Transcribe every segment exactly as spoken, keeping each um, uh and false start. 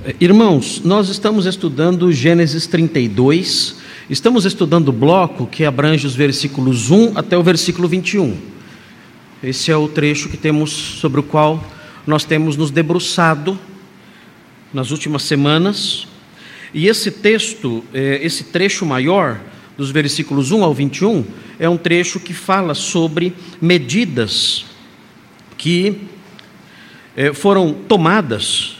Irmãos, nós estamos estudando Gênesis trinta e dois, estamos estudando o bloco que abrange os versículos um até o versículo vinte e um. Esse é o trecho que temos, sobre o qual nós temos nos debruçado nas últimas semanas. E esse texto, esse trecho maior, dos versículos um ao vinte e um, é um trecho que fala sobre medidas que foram tomadas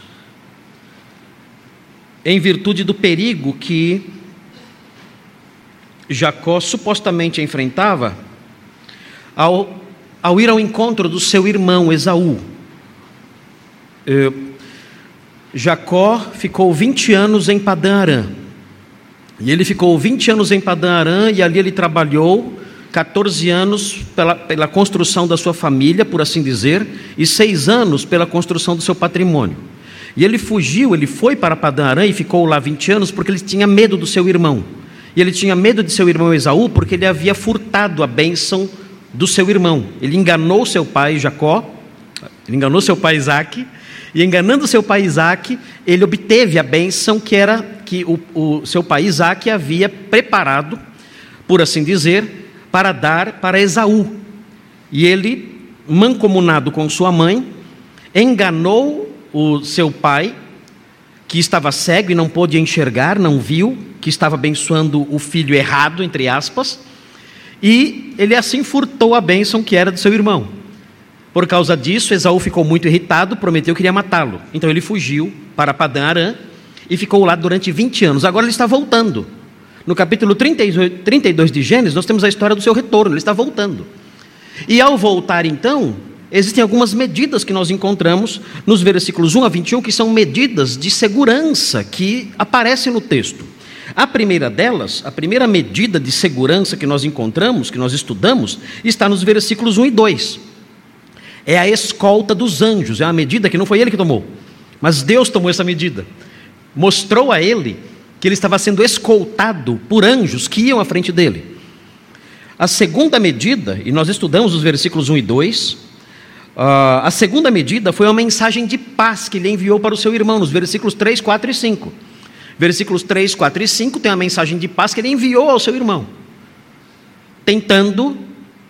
em virtude do perigo que Jacó supostamente enfrentava ao, ao ir ao encontro do seu irmão Esaú. Jacó ficou vinte anos em Padã-Arã, e ele ficou vinte anos em Padã-Arã, e ali ele trabalhou quatorze anos pela, pela construção da sua família, por assim dizer, e seis anos pela construção do seu patrimônio. E ele fugiu, ele foi para Padã-Arã e ficou lá vinte anos porque ele tinha medo do seu irmão. E ele tinha medo de seu irmão Esaú porque ele havia furtado a bênção do seu irmão. Ele enganou seu pai Jacó, ele enganou seu pai Isaque, e enganando seu pai Isaque, ele obteve a bênção que era que o, o seu pai Isaque havia preparado, por assim dizer, para dar para Esaú. E ele, mancomunado com sua mãe, enganou o seu pai, que estava cego e não pôde enxergar, não viu, que estava abençoando o filho errado, entre aspas, e ele assim furtou a bênção que era do seu irmão. Por causa disso, Esaú ficou muito irritado, prometeu que iria matá-lo. Então ele fugiu para Padã-Arã e ficou lá durante vinte anos. Agora ele está voltando. No capítulo trinta e dois de Gênesis, nós temos a história do seu retorno, ele está voltando. E ao voltar então, existem algumas medidas que nós encontramos nos versículos um a vinte e um, que são medidas de segurança que aparecem no texto. A primeira delas, a primeira medida de segurança que nós encontramos, que nós estudamos, está nos versículos um e dois. É a escolta dos anjos, é uma medida que não foi ele que tomou, mas Deus tomou essa medida. Mostrou a ele que ele estava sendo escoltado por anjos que iam à frente dele. A segunda medida, e nós estudamos os versículos um e dois, Uh, a segunda medida foi uma mensagem de paz que ele enviou para o seu irmão, nos versículos três, quatro e cinco. Versículos três, quatro e cinco tem uma mensagem de paz que ele enviou ao seu irmão, tentando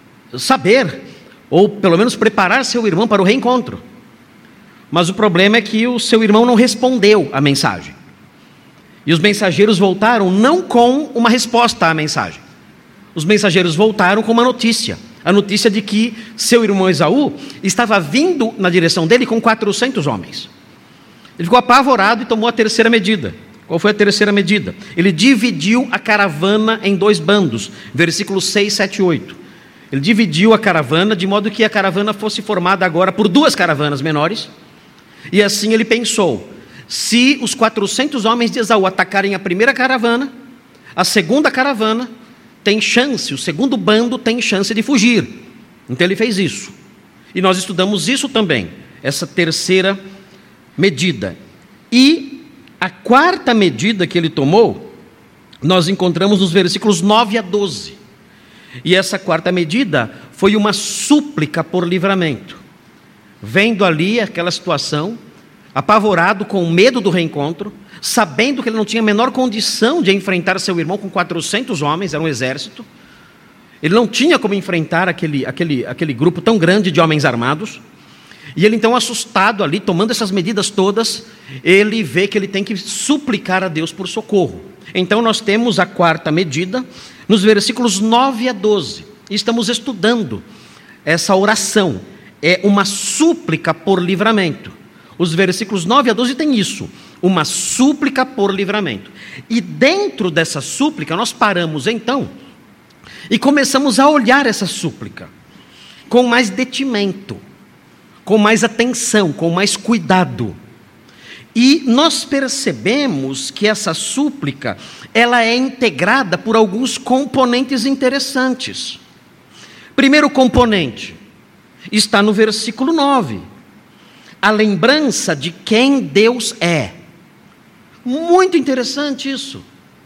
saber, ou pelo menos preparar seu irmão para o reencontro. Mas o problema é que o seu irmão não respondeu à mensagem. E os mensageiros voltaram não com uma resposta à mensagem. Os mensageiros voltaram com uma notícia. A notícia de que seu irmão Esaú estava vindo na direção dele com quatrocentos homens. Ele ficou apavorado e tomou a terceira medida. Qual foi a terceira medida? Ele dividiu a caravana em dois bandos, versículos seis, sete e oito. Ele dividiu a caravana de modo que a caravana fosse formada agora por duas caravanas menores. E assim ele pensou: se os quatrocentos homens de Esaú atacarem a primeira caravana, a segunda caravana tem chance, o segundo bando tem chance de fugir. Então ele fez isso. E nós estudamos isso também, essa terceira medida. E a quarta medida que ele tomou, nós encontramos nos versículos nove a doze. E essa quarta medida foi uma súplica por livramento. Vendo ali aquela situação, apavorado, com medo do reencontro, sabendo que ele não tinha a menor condição de enfrentar seu irmão com quatrocentos homens, era um exército. Ele não tinha como enfrentar aquele, aquele, aquele grupo tão grande de homens armados. E ele então, assustado ali, tomando essas medidas todas, ele vê que ele tem que suplicar a Deus por socorro. Então nós temos a quarta medida nos versículos nove a doze. E estamos estudando essa oração. É uma súplica por livramento. Os versículos nove a doze tem isso, uma súplica por livramento. E dentro dessa súplica nós paramos então e começamos a olhar essa súplica com mais detimento, com mais atenção, com mais cuidado. E nós percebemos que essa súplica, ela é integrada por alguns componentes interessantes. Primeiro componente está no versículo nove. A lembrança de quem Deus é. Muito interessante isso.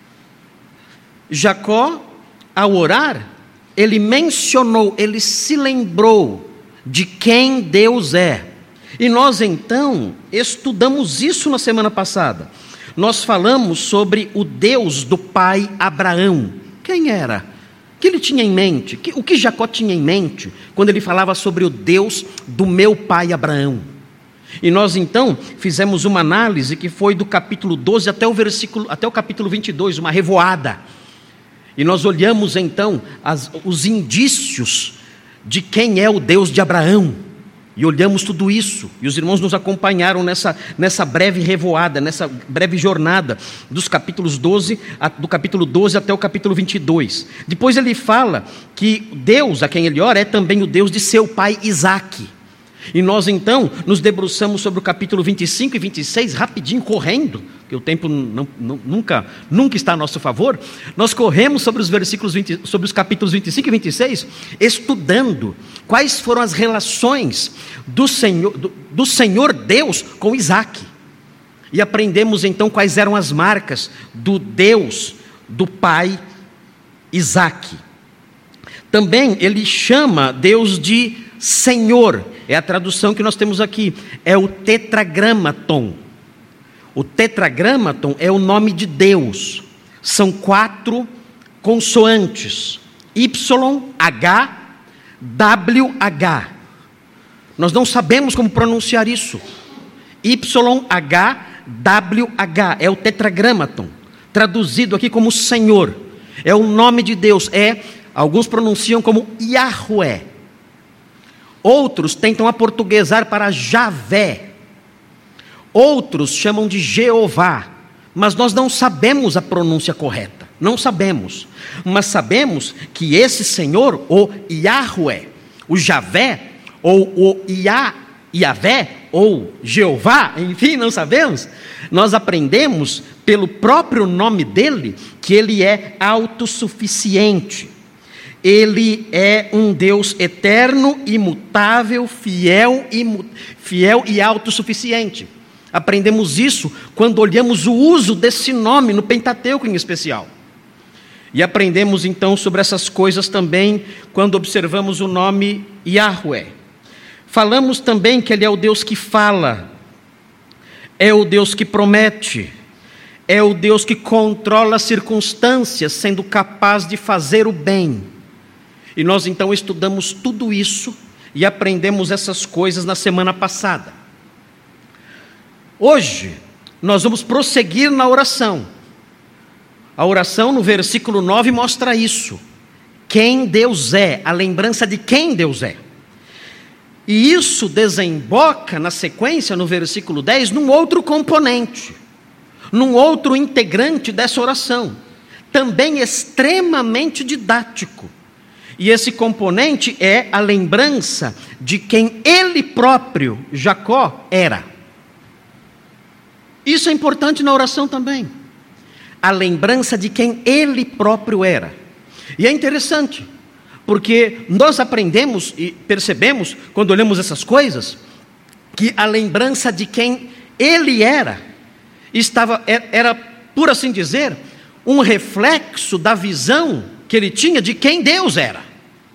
Jacó, ao orar, ele mencionou, ele se lembrou de quem Deus é. E nós então estudamos isso na semana passada. Nós falamos sobre o Deus do pai Abraão. Quem era? O que ele tinha em mente? O que Jacó tinha em mente quando ele falava sobre o Deus do meu pai Abraão? E nós então fizemos uma análise que foi do capítulo doze até o versículo, até o capítulo vinte e dois, uma revoada. E nós olhamos então as, os indícios de quem é o Deus de Abraão. E olhamos tudo isso. E os irmãos nos acompanharam nessa, nessa breve revoada, nessa breve jornada dos capítulos doze, do capítulo doze até o capítulo vinte e dois. Depois ele fala que Deus a quem ele ora é também o Deus de seu pai Isaque. E nós então nos debruçamos sobre o capítulo vinte e cinco e vinte e seis, rapidinho, correndo, porque o tempo não, não, nunca, nunca está a nosso favor. Nós corremos sobre os versículos vinte, sobre os capítulos vinte e cinco e vinte e seis, estudando quais foram as relações do Senhor, do, do Senhor Deus com Isaque. E aprendemos então quais eram as marcas do Deus do pai Isaque. Também ele chama Deus de Senhor. É a tradução que nós temos aqui, é o tetragramaton. O tetragramaton é o nome de Deus. São quatro consoantes: Y, H, W, H. Nós não sabemos como pronunciar isso. Y, H, W, H. É o tetragramaton, traduzido aqui como Senhor. É o nome de Deus. É, alguns pronunciam como Yahweh. Outros tentam aportuguesar para Javé. Outros chamam de Jeová. Mas nós não sabemos a pronúncia correta. Não sabemos. Mas sabemos que esse Senhor, o Yahweh, o Javé, ou o Yah, Yavé, ou Jeová, enfim, não sabemos. Nós aprendemos pelo próprio nome dele que ele é autossuficiente. Ele é um Deus eterno, imutável, fiel e, fiel e autossuficiente. Aprendemos isso quando olhamos o uso desse nome no Pentateuco em especial. E aprendemos então sobre essas coisas também quando observamos o nome Yahweh. Falamos também que ele é o Deus que fala, é o Deus que promete, é o Deus que controla as circunstâncias, sendo capaz de fazer o bem. E nós então estudamos tudo isso e aprendemos essas coisas na semana passada. Hoje, nós vamos prosseguir na oração. A oração no versículo nove mostra isso. Quem Deus é, a lembrança de quem Deus é. E isso desemboca na sequência, no versículo dez, num outro componente, num outro integrante dessa oração, também extremamente didático. E esse componente é a lembrança de quem ele próprio, Jacó, era. Isso é importante na oração também. A lembrança de quem ele próprio era. E é interessante, porque nós aprendemos e percebemos, quando olhamos essas coisas, que a lembrança de quem ele era, estava, era, por assim dizer, um reflexo da visão que ele tinha de quem Deus era.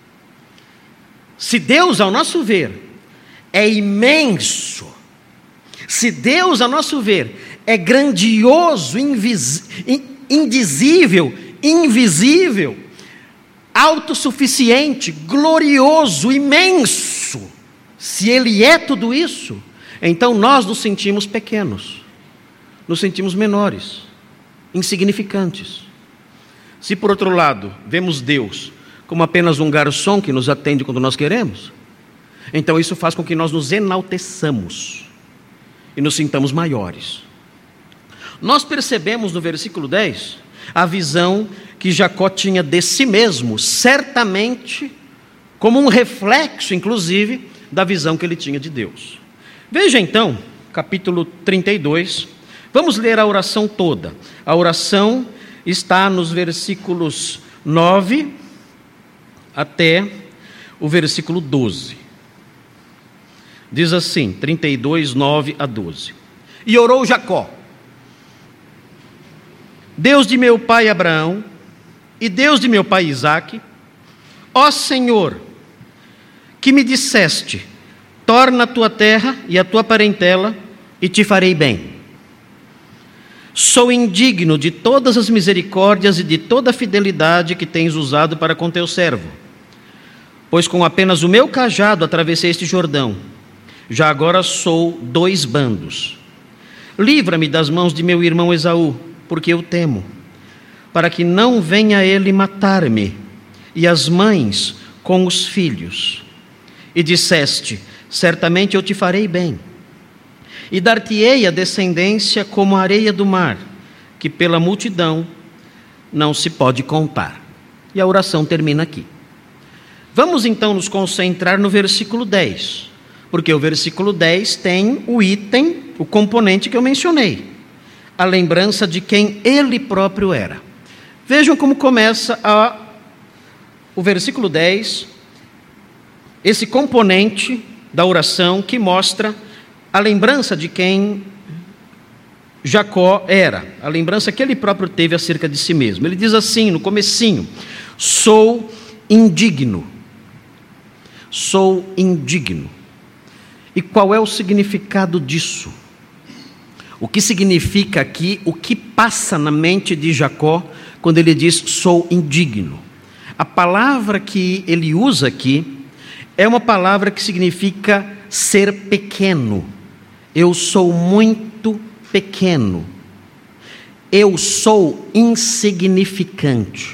Se Deus, ao nosso ver, é imenso, se Deus, ao nosso ver, é grandioso, invis, indizível, invisível, autossuficiente, glorioso, imenso, se Ele é tudo isso, então nós nos sentimos pequenos, nos sentimos menores, insignificantes. Se por outro lado, vemos Deus como apenas um garçom que nos atende quando nós queremos, então isso faz com que nós nos enalteçamos e nos sintamos maiores. Nós percebemos no versículo dez a visão que Jacó tinha de si mesmo, certamente como um reflexo, inclusive, da visão que ele tinha de Deus. Veja então, capítulo trinta e dois, vamos ler a oração toda. A oração está nos versículos nove até o versículo doze. Diz assim, trinta e dois, nove a doze. E orou Jacó: Deus de meu pai Abraão e Deus de meu pai Isaque, ó Senhor, que me disseste, torna a tua terra e a tua parentela, e te farei bem. Sou indigno de todas as misericórdias e de toda a fidelidade que tens usado para com teu servo, pois com apenas o meu cajado atravessei este Jordão. Já agora sou dois bandos. Livra-me das mãos de meu irmão Esaú, porque eu temo, para que não venha ele matar-me, e as mães com os filhos. E disseste: certamente eu te farei bem, e dar-te-ei a descendência como a areia do mar, que pela multidão não se pode contar. E a oração termina aqui. Vamos então nos concentrar no versículo dez, porque o versículo dez tem o item, o componente que eu mencionei, a lembrança de quem ele próprio era. Vejam como começa a, o versículo dez, esse componente da oração que mostra a lembrança de quem Jacó era, a lembrança que ele próprio teve acerca de si mesmo. Ele diz assim no comecinho: sou indigno, sou indigno. E qual é o significado disso? O que significa aqui, o que passa na mente de Jacó quando ele diz sou indigno? A palavra que ele usa aqui é uma palavra que significa ser pequeno. Eu sou muito pequeno. Eu sou insignificante.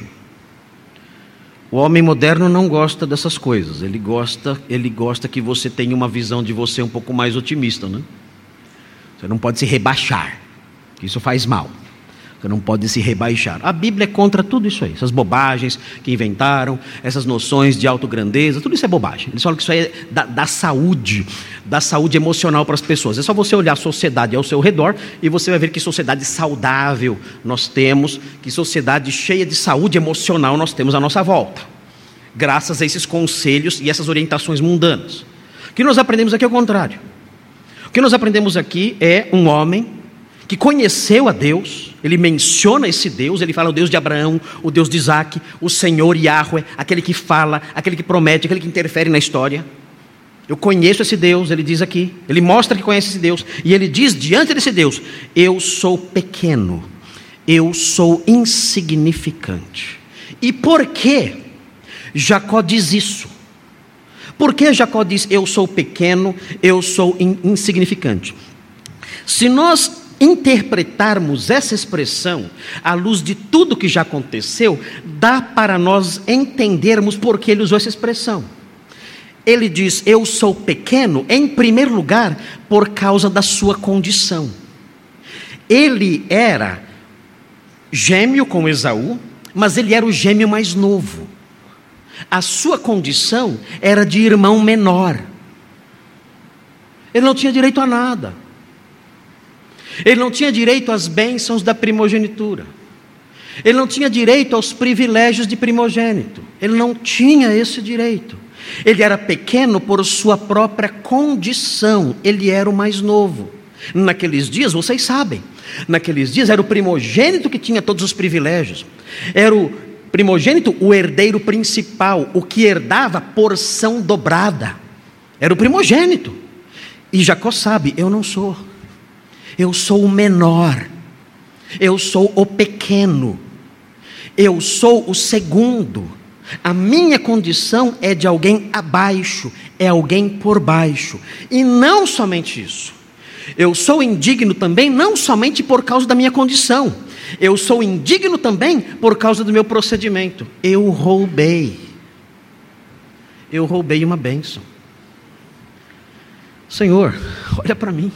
O homem moderno não gosta dessas coisas. Ele gosta, ele gosta que você tenha uma visão de você um pouco mais otimista, né? Você não pode se rebaixar. Isso faz mal. Você não pode se rebaixar. A Bíblia é contra tudo isso aí. Essas bobagens que inventaram, essas noções de autograndeza, tudo isso é bobagem. Eles falam que isso aí é da, da saúde, da saúde emocional para as pessoas. É só você olhar a sociedade ao seu redor e você vai ver que sociedade saudável nós temos, que sociedade cheia de saúde emocional nós temos à nossa volta, graças a esses conselhos e essas orientações mundanas. O que nós aprendemos aqui é o contrário. O que nós aprendemos aqui é um homem que conheceu a Deus. Ele menciona esse Deus, ele fala o Deus de Abraão, o Deus de Isaac, o Senhor Yahweh, aquele que fala, aquele que promete, aquele que interfere na história. Eu conheço esse Deus, ele diz aqui, ele mostra que conhece esse Deus, e ele diz diante desse Deus: eu sou pequeno, eu sou insignificante. E por que Jacó diz isso? Por que Jacó diz eu sou pequeno, eu sou insignificante? Se nós interpretarmos essa expressão à luz de tudo que já aconteceu, dá para nós entendermos por que ele usou essa expressão. Ele diz eu sou pequeno, em primeiro lugar, por causa da sua condição. Ele era gêmeo com Esaú, mas ele era o gêmeo mais novo. A sua condição era de irmão menor. Ele não tinha direito a nada. Ele não tinha direito às bênçãos da primogenitura. Ele não tinha direito aos privilégios de primogênito. Ele não tinha esse direito. Ele era pequeno por sua própria condição. Ele era o mais novo. Naqueles dias, vocês sabem, naqueles dias era o primogênito que tinha todos os privilégios. Era o primogênito, o herdeiro principal, o que herdava porção dobrada. Era o primogênito. E Jacó sabe, eu não sou. Eu sou o menor, eu sou o pequeno, eu sou o segundo. A minha condição é de alguém abaixo, é alguém por baixo. E não somente isso, eu sou indigno também, não somente por causa da minha condição, eu sou indigno também por causa do meu procedimento. Eu roubei, eu roubei uma bênção. Senhor, olha para mim.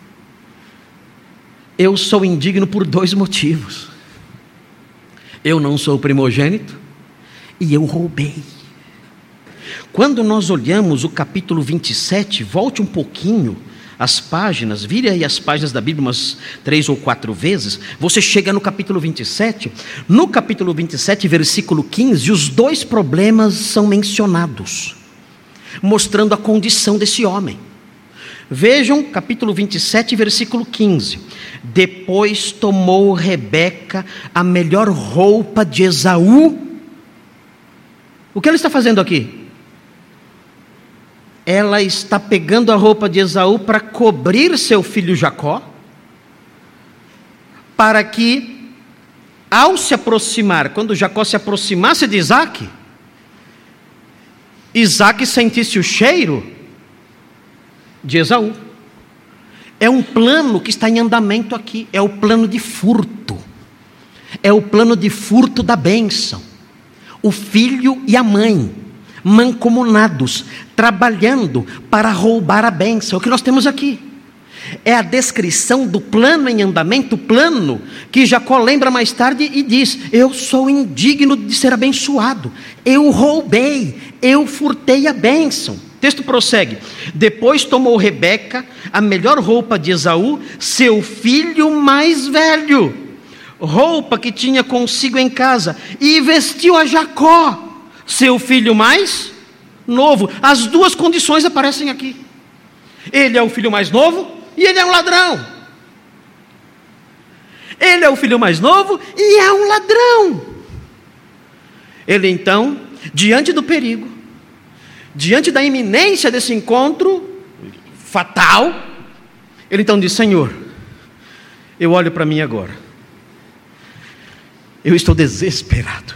Eu sou indigno por dois motivos. Eu não sou primogênito e eu roubei. Quando nós olhamos o capítulo vinte e sete, volte um pouquinho as páginas, vire aí as páginas da Bíblia umas três ou quatro vezes, você chega no capítulo vinte e sete. No capítulo vinte e sete, versículo quinze, os dois problemas são mencionados, mostrando a condição desse homem. Vejam capítulo vinte e sete, versículo quinze. Depois tomou Rebeca a melhor roupa de Esaú. O que ele está fazendo aqui? ela está pegando a roupa de Esaú para cobrir seu filho Jacó, para que, ao se aproximar, quando Jacó se aproximasse de Isaque, Isaque sentisse o cheiro de Esaú. É um plano que está em andamento aqui, é o plano de furto, é o plano de furto da bênção. O filho e a mãe, mancomunados, trabalhando para roubar a bênção. É o que nós temos aqui. É a descrição do plano em andamento, plano que Jacó lembra mais tarde e diz: eu sou indigno de ser abençoado, eu roubei, eu furtei a bênção. O texto prossegue: depois tomou Rebeca a melhor roupa de Esaú, seu filho mais velho, roupa que tinha consigo em casa, e vestiu a Jacó, seu filho mais novo. As duas condições aparecem aqui. Ele é o filho mais novo e ele é um ladrão. Ele é o filho mais novo e é um ladrão. Ele então, diante do perigo, diante da iminência desse encontro fatal, ele então diz: Senhor, eu olho para mim agora, eu estou desesperado,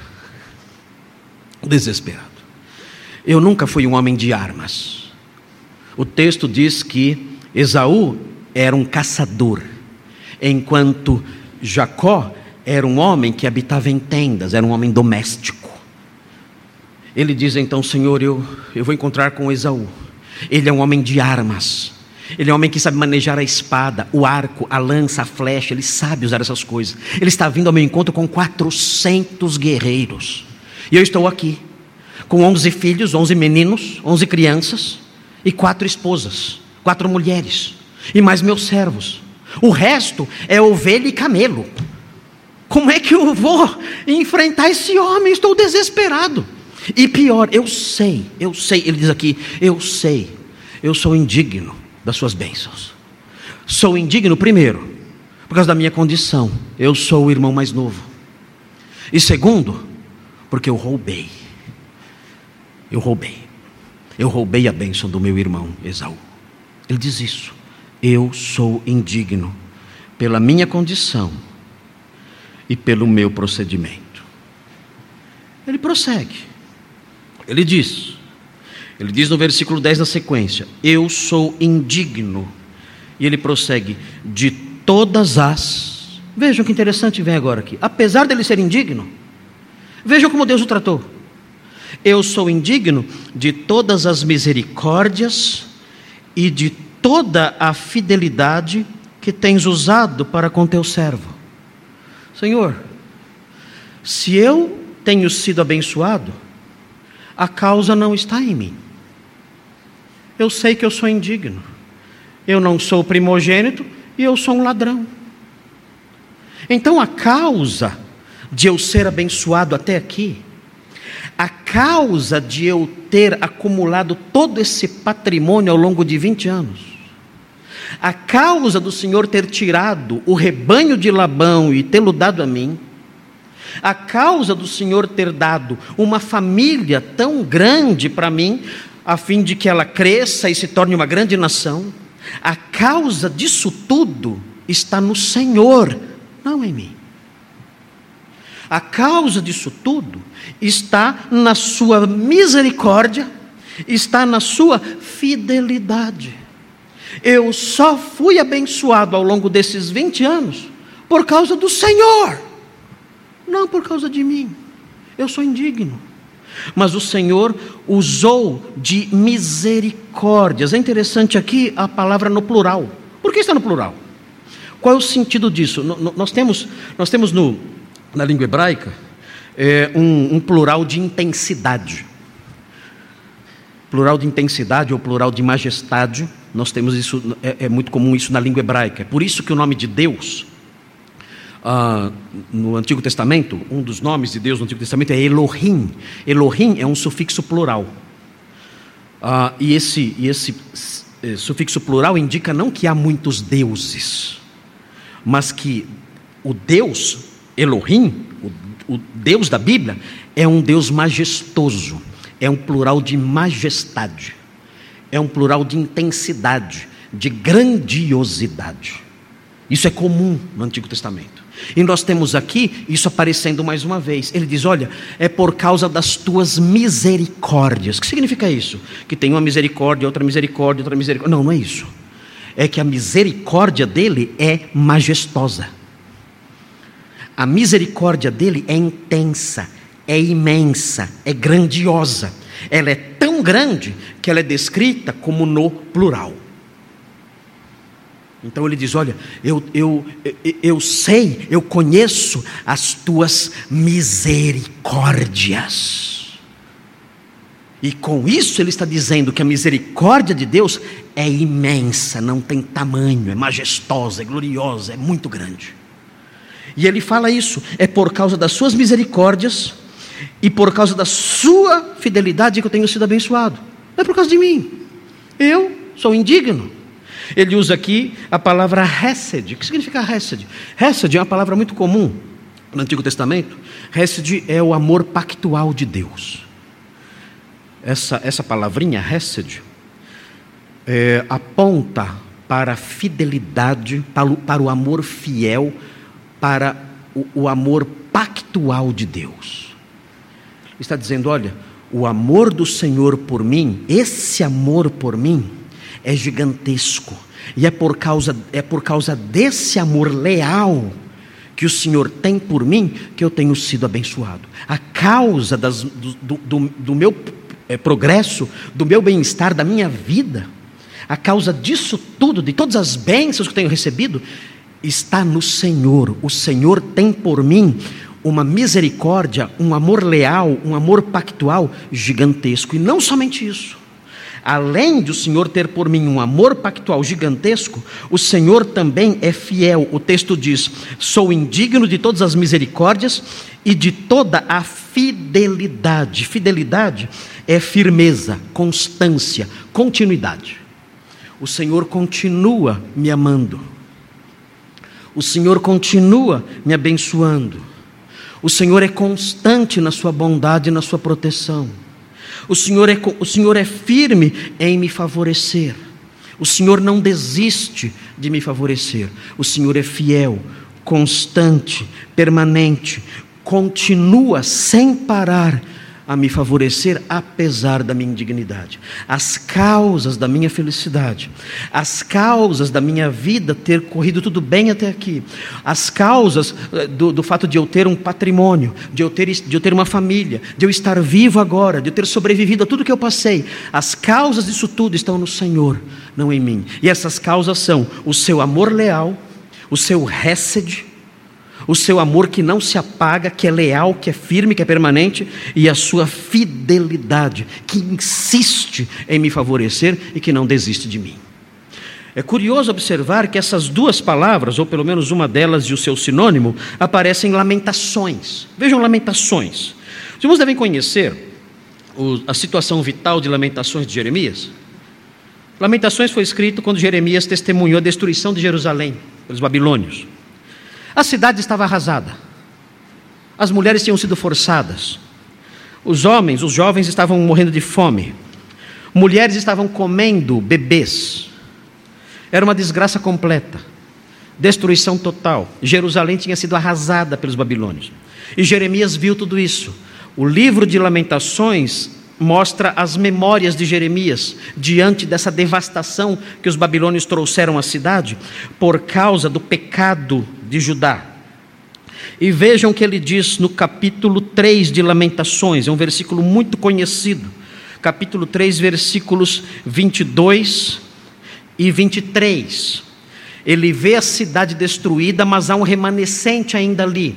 desesperado. Eu nunca fui um homem de armas. O texto diz que Esaú era um caçador, enquanto Jacó era um homem que habitava em tendas, era um homem doméstico. Ele diz então: Senhor, eu, eu vou encontrar com Esaú. Ele é um homem de armas, ele é um homem que sabe manejar a espada, o arco, a lança, a flecha, ele sabe usar essas coisas. Ele está vindo ao meu encontro com quatrocentos guerreiros, e eu estou aqui com onze filhos, onze meninos, onze crianças, e quatro esposas, quatro mulheres, e mais meus servos. O resto é ovelha e camelo. Como é que eu vou enfrentar esse homem? Estou desesperado. E pior, eu sei, eu sei, ele diz aqui: eu sei, eu sou indigno das suas bênçãos. Sou indigno, primeiro, por causa da minha condição, eu sou o irmão mais novo. E segundo, porque eu roubei. Eu roubei. Eu roubei a bênção do meu irmão Esaú. Ele diz isso: eu sou indigno pela minha condição e pelo meu procedimento. Ele prossegue. Ele diz, ele diz no versículo dez na sequência: eu sou indigno. E ele prossegue: de todas as... Vejam que interessante vem agora aqui. Apesar dele ser indigno, vejam como Deus o tratou. Eu sou indigno de todas as misericórdias e de toda a fidelidade que tens usado para com teu servo. Senhor, se eu tenho sido abençoado, a causa não está em mim. Eu sei que eu sou indigno. Eu não sou primogênito e eu sou um ladrão. Então a causa de eu ser abençoado até aqui, a causa de eu ter acumulado todo esse patrimônio ao longo de vinte anos, a causa do Senhor ter tirado o rebanho de Labão e tê-lo dado a mim, a causa do Senhor ter dado uma família tão grande para mim, a fim de que ela cresça e se torne uma grande nação, a causa disso tudo está no Senhor, não em mim. A causa disso tudo está na sua misericórdia, está na sua fidelidade. Eu só fui abençoado ao longo desses vinte anos por causa do Senhor, não por causa de mim. Eu sou indigno, mas o Senhor usou de misericórdias. É interessante aqui a palavra no plural. Por que está no plural? Qual é o sentido disso? Nós temos, nós temos no, na língua hebraica é, um, um plural de intensidade. Plural de intensidade ou plural de majestade. Nós temos isso, é, é muito comum isso na língua hebraica. É por isso que o nome de Deus, ah, no Antigo Testamento, um dos nomes de Deus no Antigo Testamento é Elohim. Elohim é um sufixo plural. Ah, e esse, e esse eh, sufixo plural indica não que há muitos deuses, mas que o Deus, Elohim, o, o Deus da Bíblia, é um Deus majestoso. É um plural de majestade. é um plural de intensidade, de grandiosidade. Isso é comum no Antigo Testamento. E nós temos aqui isso aparecendo mais uma vez. Ele diz, olha, é por causa das tuas misericórdias. O que significa isso? Que tem uma misericórdia, outra misericórdia, outra misericórdia. Não, não é isso. É que a misericórdia dele é majestosa. A misericórdia dele é intensa, é imensa, é grandiosa. Ela é tão grande que ela é descrita como no plural. Então ele diz, olha, eu, eu, eu, eu sei, eu conheço as tuas misericórdias. E com isso ele está dizendo que a misericórdia de Deus é imensa, não tem tamanho, é majestosa, é gloriosa, é muito grande. E ele fala isso, é por causa das suas misericórdias e por causa da sua fidelidade que eu tenho sido abençoado. Não é por causa de mim, eu sou indigno. Ele usa aqui a palavra hesed. O que significa hesed? Hesed é uma palavra muito comum no Antigo Testamento. Hesed é o amor pactual de Deus. Essa, essa palavrinha hesed é, aponta para a fidelidade, para o, para o amor fiel, para o, o amor pactual de Deus. Ele está dizendo, olha, o amor do Senhor por mim, esse amor por mim é gigantesco, e é por causa, é por causa desse amor leal que o Senhor tem por mim, que eu tenho sido abençoado. A causa das, do, do, do meu é, progresso, do meu bem-estar, da minha vida, a causa disso tudo, de todas as bênçãos que eu tenho recebido, está no Senhor. O Senhor tem por mim uma misericórdia, um amor leal, um amor pactual gigantesco. E não somente isso. Além de o Senhor ter por mim um amor pactual gigantesco, o Senhor também é fiel. O texto diz, sou indigno de todas as misericórdias e de toda a fidelidade. Fidelidade é firmeza, constância, continuidade. O Senhor continua me amando. O Senhor continua me abençoando. O Senhor é constante na sua bondade e na sua proteção. O Senhor, é, o Senhor é firme em me favorecer. O Senhor não desiste de me favorecer. O Senhor é fiel, constante, permanente, continua sem parar a me favorecer apesar da minha indignidade. As causas da minha felicidade, as causas da minha vida ter corrido tudo bem até aqui, as causas do, do fato de eu ter um patrimônio, de eu, ter, de eu ter uma família, de eu estar vivo agora, de eu ter sobrevivido a tudo que eu passei, as causas disso tudo estão no Senhor, não em mim. E essas causas são o seu amor leal, o seu hesed, o seu amor que não se apaga, que é leal, que é firme, que é permanente, e a sua fidelidade, que insiste em me favorecer e que não desiste de mim. É curioso observar que essas duas palavras, ou pelo menos uma delas e o seu sinônimo, aparecem em Lamentações. Vejam Lamentações. Os irmãos devem conhecer a situação vital de Lamentações de Jeremias. Lamentações foi escrito quando Jeremias testemunhou a destruição de Jerusalém pelos babilônios. A cidade estava arrasada, as mulheres tinham sido forçadas, os homens, os jovens estavam morrendo de fome, mulheres estavam comendo bebês, era uma desgraça completa, destruição total. Jerusalém tinha sido arrasada pelos babilônios, e Jeremias viu tudo isso. O livro de Lamentações mostra as memórias de Jeremias diante dessa devastação que os babilônios trouxeram à cidade por causa do pecado de Judá. E vejam o que ele diz no capítulo três de Lamentações, é um versículo muito conhecido, capítulo três, versículos vinte e dois e vinte e três. Ele vê a cidade destruída, mas há um remanescente ainda ali.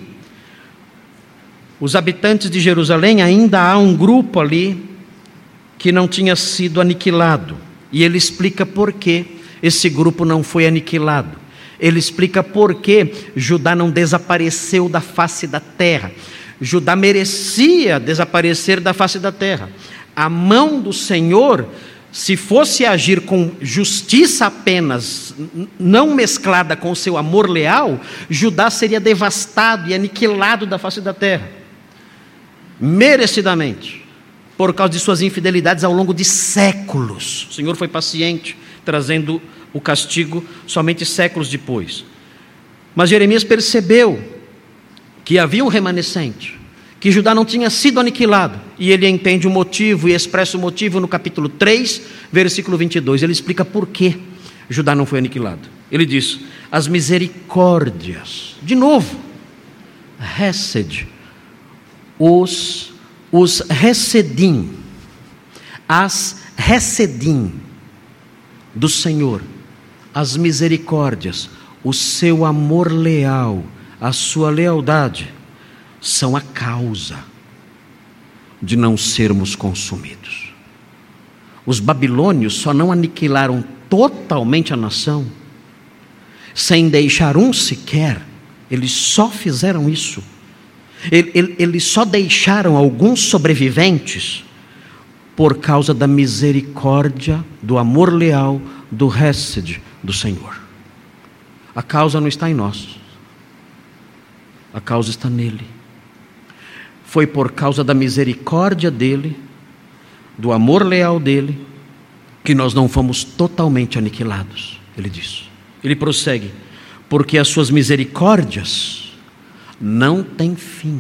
Os habitantes de Jerusalém, ainda há um grupo ali que não tinha sido aniquilado. E ele explica por que esse grupo não foi aniquilado. Ele explica por que Judá não desapareceu da face da terra. Judá merecia desaparecer da face da terra. A mão do Senhor, se fosse agir com justiça apenas, não mesclada com o seu amor leal, Judá seria devastado e aniquilado da face da terra. Merecidamente. por causa de suas infidelidades ao longo de séculos. O Senhor foi paciente, trazendo o castigo somente séculos depois. Mas Jeremias percebeu que havia um remanescente, que Judá não tinha sido aniquilado, e ele entende o motivo e expressa o motivo no capítulo três, versículo vinte e dois. Ele explica por que Judá não foi aniquilado. Ele diz: as misericórdias, de novo, Hesed, os, os Hesedim, as Hesedim do Senhor, as misericórdias, o seu amor leal, a sua lealdade, são a causa de não sermos consumidos. Os babilônios só não aniquilaram totalmente a nação, sem deixar um sequer. Eles só fizeram isso. Eles só deixaram alguns sobreviventes por causa da misericórdia, do amor leal, do Hesed do Senhor. A causa não está em nós, a causa está nele. Foi por causa da misericórdia dele, do amor leal dele, que nós não fomos totalmente aniquilados. Ele diz, ele prossegue: porque as suas misericórdias não têm fim,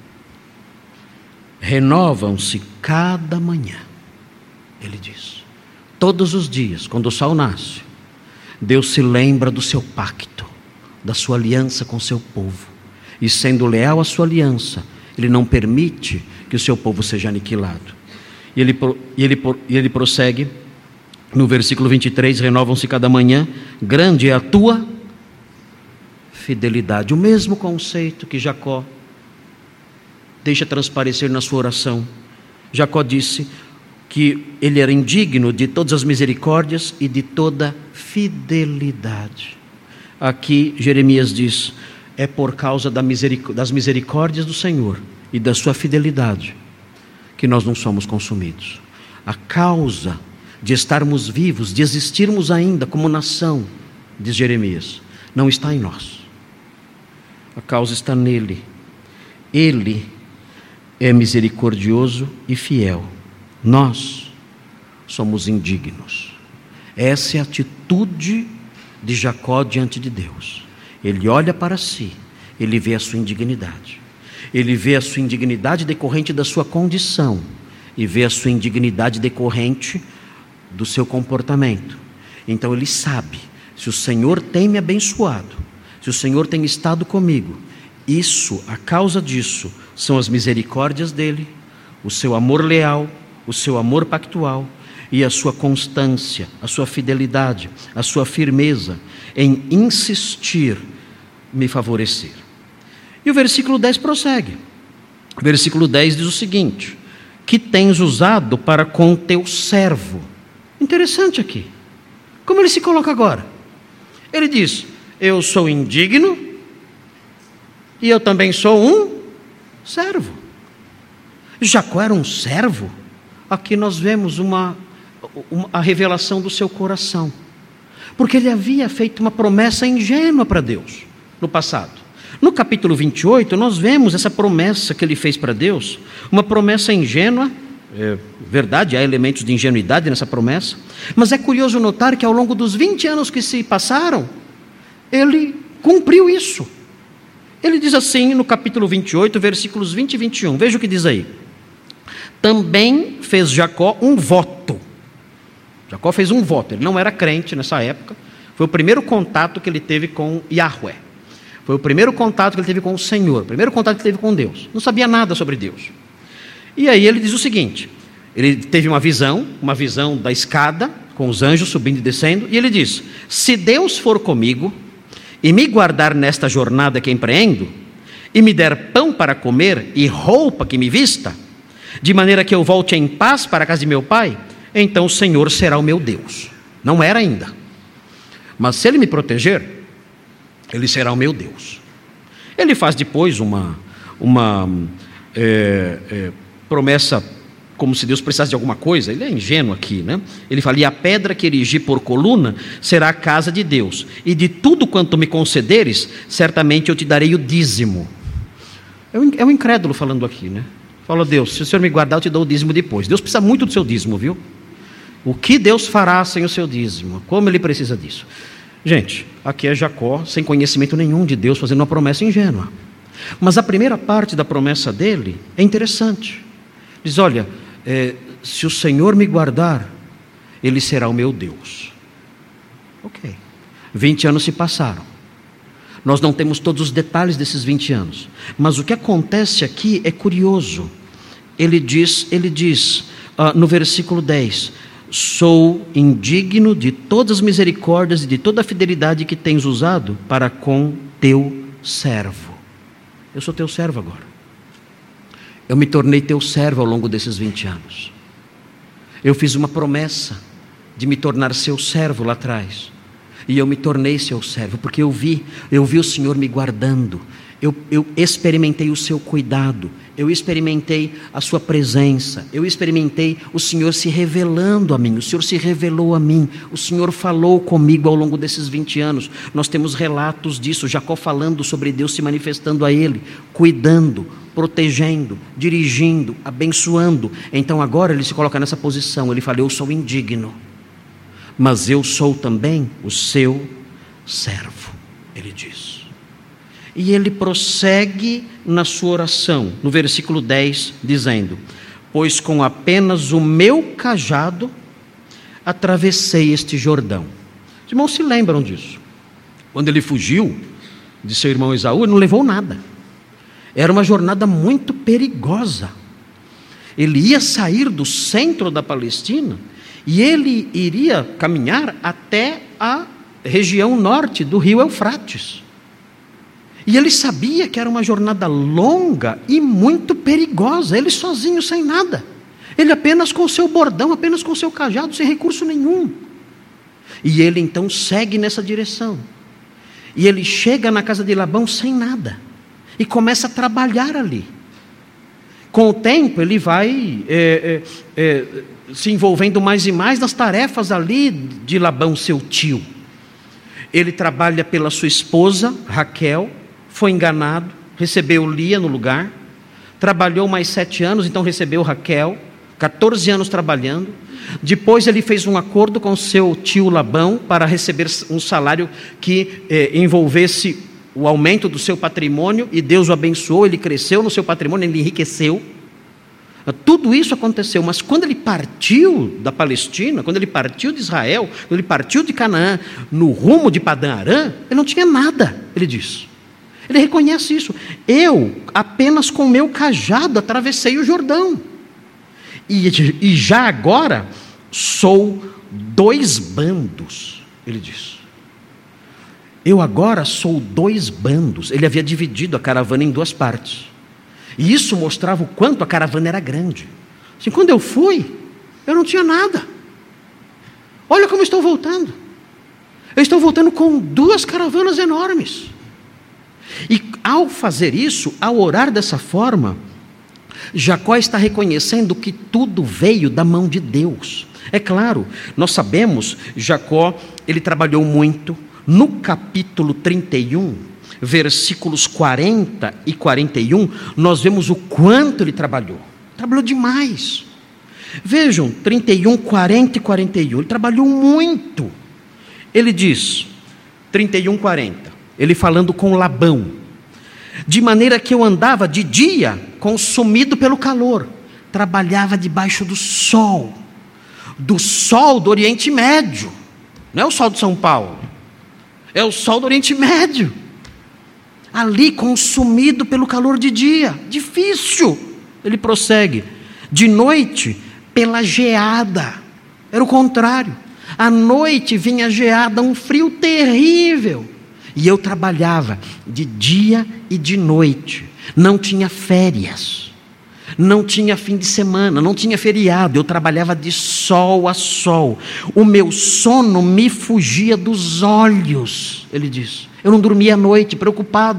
renovam-se cada manhã. Ele diz, todos os dias, quando o sol nasce, Deus se lembra do seu pacto, da sua aliança com o seu povo, e sendo leal à sua aliança, Ele não permite que o seu povo seja aniquilado. E ele, e ele, e ele prossegue no versículo vinte e três: renovam-se cada manhã, grande é a tua fidelidade. O mesmo conceito que Jacó deixa transparecer na sua oração. Jacó disse que ele era indigno de todas as misericórdias e de toda fidelidade. Aqui Jeremias diz: é por causa da miseric- das misericórdias do Senhor e da sua fidelidade que nós não somos consumidos. A causa de estarmos vivos, de existirmos ainda como nação, diz Jeremias, não está em nós. A causa está nele. Ele é misericordioso e fiel. Nós somos indignos. Essa é a atitude de Jacó diante de Deus. Ele olha para si, ele vê a sua indignidade. Ele vê a sua indignidade decorrente da sua condição e vê a sua indignidade decorrente do seu comportamento. Então ele sabe, se o Senhor tem me abençoado, se o Senhor tem estado comigo, isso, a causa disso, são as misericórdias dele, o seu amor leal, o seu amor pactual e a sua constância, a sua fidelidade, a sua firmeza em insistir me favorecer. E o versículo dez prossegue. O versículo dez diz o seguinte: que tens usado para com teu servo. Interessante aqui. Como ele se coloca agora? Ele diz: eu sou indigno e eu também sou um servo. Jacó era um servo. Aqui nós vemos uma, uma, a revelação do seu coração, porque ele havia feito uma promessa ingênua para Deus no passado. No capítulo vinte e oito nós vemos essa promessa que ele fez para Deus, uma promessa ingênua. É verdade, há elementos de ingenuidade nessa promessa, mas é curioso notar que ao longo dos vinte anos que se passaram, ele cumpriu isso. Ele diz assim no capítulo vinte e oito, versículos vinte e vinte e um, veja o que diz aí: também fez Jacó um voto. Jacó fez um voto, ele não era crente nessa época, foi o primeiro contato que ele teve com Yahweh, foi o primeiro contato que ele teve com o Senhor, o primeiro contato que ele teve com Deus, não sabia nada sobre Deus. E aí ele diz o seguinte, ele teve uma visão, uma visão da escada, com os anjos subindo e descendo, e ele diz: se Deus for comigo, e me guardar nesta jornada que empreendo, e me der pão para comer, e roupa que me vista, de maneira que eu volte em paz para a casa de meu pai, então o Senhor será o meu Deus. Não era ainda, mas se ele me proteger, ele será o meu Deus. Ele faz depois uma, uma é, é, promessa, como se Deus precisasse de alguma coisa. Ele é ingênuo aqui, né? Ele fala: e a pedra que erigi por coluna será a casa de Deus, e de tudo quanto me concederes, certamente eu te darei o dízimo. É um incrédulo falando aqui, né? Falou: Deus, se o Senhor me guardar, eu te dou o dízimo depois. Deus precisa muito do seu dízimo, viu? O que Deus fará sem o seu dízimo? Como Ele precisa disso? Gente, aqui é Jacó, sem conhecimento nenhum de Deus, fazendo uma promessa ingênua. Mas a primeira parte da promessa dele é interessante. Diz: olha, é, se o Senhor me guardar, Ele será o meu Deus. Ok. vinte anos se passaram. Nós não temos todos os detalhes desses vinte anos. Mas o que acontece aqui é curioso. Ele diz, ele diz uh, no versículo dez: sou indigno de todas as misericórdias e de toda a fidelidade que tens usado para com teu servo. Eu sou teu servo agora. Eu me tornei teu servo ao longo desses vinte anos. Eu fiz uma promessa de me tornar seu servo lá atrás. E eu me tornei seu servo, porque eu vi, eu vi o Senhor me guardando. Eu, eu experimentei o seu cuidado. Eu experimentei a sua presença. Eu experimentei o Senhor se revelando a mim. O Senhor se revelou a mim. O Senhor falou comigo ao longo desses vinte anos. Nós temos relatos disso. Jacó falando sobre Deus se manifestando a ele, cuidando, protegendo, dirigindo, abençoando. Então agora ele se coloca nessa posição. Ele fala: eu sou indigno, mas eu sou também o seu servo, ele diz. E ele prossegue na sua oração, no versículo dez, dizendo: pois com apenas o meu cajado atravessei este Jordão. Os irmãos se lembram disso. Quando ele fugiu de seu irmão Esaú, ele não levou nada. Era uma jornada muito perigosa. Ele ia sair do centro da Palestina e ele iria caminhar até a região norte do rio Eufrates. E ele sabia que era uma jornada longa e muito perigosa. Ele sozinho, sem nada. Ele apenas com o seu bordão, apenas com o seu cajado, sem recurso nenhum. E ele então segue nessa direção. E ele chega na casa de Labão sem nada. E começa a trabalhar ali. Com o tempo ele vai é, é, é, se envolvendo mais e mais nas tarefas ali de Labão, seu tio. Ele trabalha pela sua esposa, Raquel. Foi enganado, recebeu Lia no lugar, trabalhou mais sete anos, então recebeu Raquel, quatorze anos trabalhando. Depois ele fez um acordo com seu tio Labão para receber um salário que eh, envolvesse o aumento do seu patrimônio, e Deus o abençoou, ele cresceu no seu patrimônio, ele enriqueceu. Tudo isso aconteceu, mas quando ele partiu da Palestina, quando ele partiu de Israel, quando ele partiu de Canaã, no rumo de Padã Arã, ele não tinha nada, ele diz. Ele reconhece isso. Eu, apenas com o meu cajado, atravessei o Jordão. E, e já agora, sou dois bandos, ele diz. Eu agora sou dois bandos. Ele havia dividido a caravana em duas partes. E isso mostrava o quanto a caravana era grande. Assim, quando eu fui, eu não tinha nada. Olha como eu estou voltando. Eu estou voltando com duas caravanas enormes. E ao fazer isso, ao orar dessa forma, Jacó está reconhecendo que tudo veio da mão de Deus. É claro, nós sabemos, Jacó, ele trabalhou muito. No capítulo trinta e um, versículos quarenta e quarenta e um, nós vemos o quanto ele trabalhou. Trabalhou demais. Vejam, trinta e um, quarenta e quarenta e um, ele trabalhou muito. Ele diz, trinta e um, quarenta, ele falando com Labão: de maneira que eu andava de dia consumido pelo calor, trabalhava debaixo do sol, do sol do Oriente Médio, não é o sol de São Paulo, é o sol do Oriente Médio, ali consumido pelo calor de dia, difícil. Ele prossegue, de noite pela geada, era o contrário, à noite vinha geada, um frio terrível. E eu trabalhava de dia e de noite, não tinha férias, não tinha fim de semana, não tinha feriado, eu trabalhava de sol a sol, o meu sono me fugia dos olhos, ele diz, eu não dormia à noite, preocupado,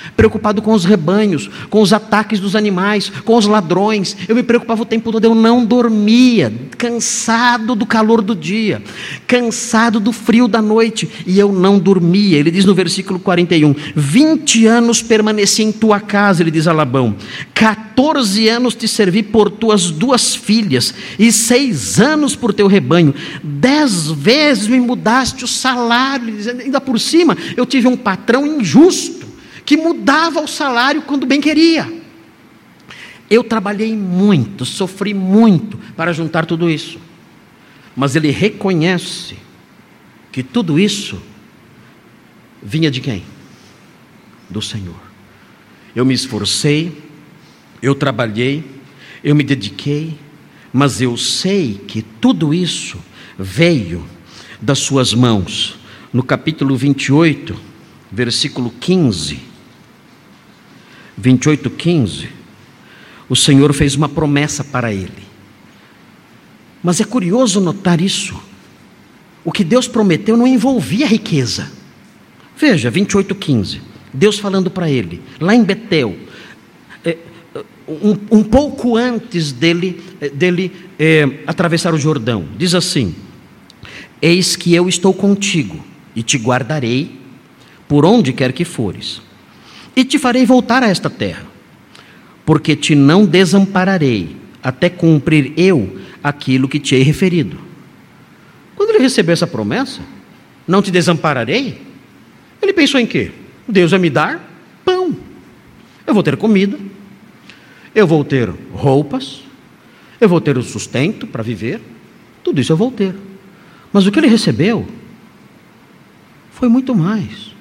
preocupado com os rebanhos, com os ataques dos animais, com os ladrões. Eu me preocupava o tempo todo, eu não dormia, cansado do calor do dia, cansado do frio da noite, e eu não dormia. Ele diz no versículo quarenta e um, vinte anos permaneci em tua casa, ele diz a Labão, quatorze anos te servi por tuas duas filhas, e seis anos por teu rebanho, dez vezes me mudaste o salário. Ele diz, ainda por cima, eu tive um patrão injusto, que mudava o salário quando bem queria. Eu trabalhei muito, sofri muito para juntar tudo isso. Mas ele reconhece que tudo isso vinha de quem? Do Senhor. Eu me esforcei, eu trabalhei, eu me dediquei, mas eu sei que tudo isso veio das suas mãos. No capítulo vinte e oito, versículo quinze, vinte e oito, quinze, o Senhor fez uma promessa para ele. Mas é curioso notar isso. O que Deus prometeu não envolvia riqueza. Veja, vinte e oito, quinze, Deus falando para ele, lá em Betel, é, um, um pouco antes dele, dele é, atravessar o Jordão, diz assim, eis que eu estou contigo, e te guardarei, por onde quer que fores, e te farei voltar a esta terra, porque te não desampararei, até cumprir eu aquilo que te hei referido. Quando ele recebeu essa promessa, não te desampararei, ele pensou em quê? Deus vai me dar pão, eu vou ter comida, eu vou ter roupas, eu vou ter o sustento para viver, tudo isso eu vou ter. Mas o que ele recebeu foi muito mais.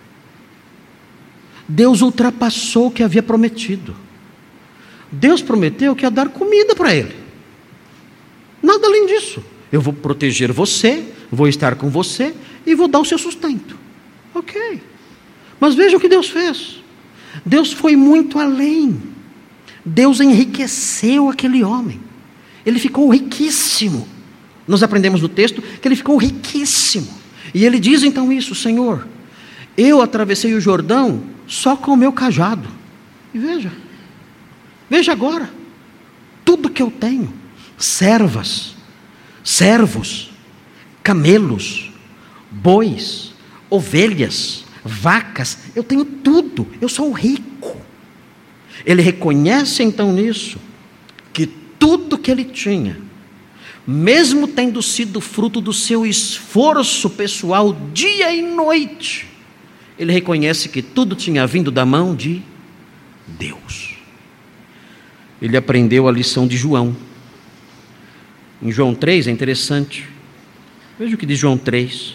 Deus ultrapassou o que havia prometido. Deus prometeu que ia dar comida para ele. Nada além disso. Eu vou proteger você, vou estar com você e vou dar o seu sustento. Ok. Mas veja o que Deus fez. Deus foi muito além. Deus enriqueceu aquele homem. Ele ficou riquíssimo. Nós aprendemos no texto que ele ficou riquíssimo. E ele diz então isso, Senhor, eu atravessei o Jordão só com o meu cajado. E veja, veja agora, tudo que eu tenho, servas, servos, camelos, bois, ovelhas, vacas, eu tenho tudo, eu sou rico. Ele reconhece então nisso, que tudo que ele tinha, mesmo tendo sido fruto do seu esforço pessoal dia e noite, ele reconhece que tudo tinha vindo da mão de Deus. Ele aprendeu a lição de João. Em João três é interessante. Veja o que diz João três.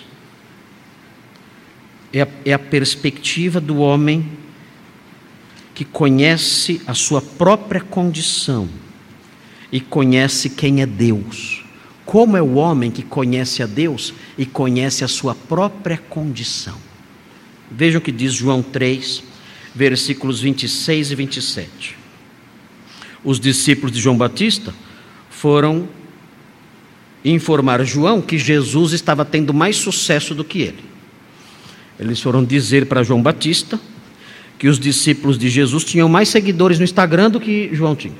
É a, é a perspectiva do homem que conhece a sua própria condição e conhece quem é Deus. Como é o homem que conhece a Deus e conhece a sua própria condição. Vejam o que diz João três, versículos vinte e seis e vinte e sete. Os discípulos de João Batista foram informar João que Jesus estava tendo mais sucesso do que ele. Eles foram dizer para João Batista que os discípulos de Jesus tinham mais seguidores no Instagram do que João tinha.